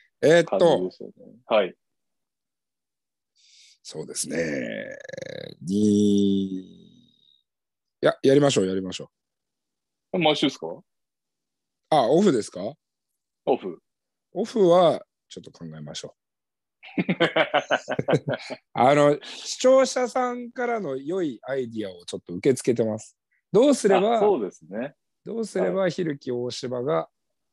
はい。 そうですね。やりましょう、やりましょう。毎週ですか？ オフですか？ オフは、ちょっと考えましょう。視聴者さんからの良いアイディアをちょっと受け付けてます。どうすれば、 そうですね。 どうすれば、ひるき大柴が、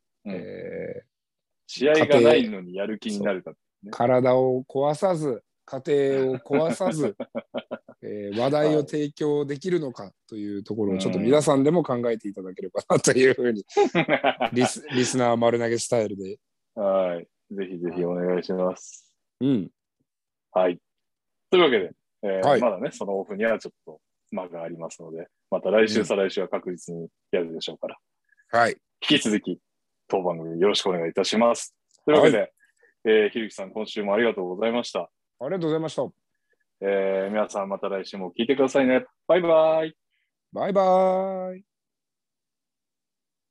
試合がないのにやる気になるか、 ね。体を壊さず、家庭を壊さず、話題を提供できるのかというところをちょっと皆さんでも考えていただければなというふうにリスナー丸投げスタイルで。 はい。ぜひぜひお願いします。 うん。 はい。というわけで、まだね、そのオフにはちょっと間がありますので、また来週、再来週は確実にやるでしょうから。 はい。 引き続き、当番組よろしくお願いいたします。というわけで、ひるきさん、今週もありがとうございました。 ありがとうございました。 皆さんまた来週も聞いてくださいね。バイバイ。 バイバイ。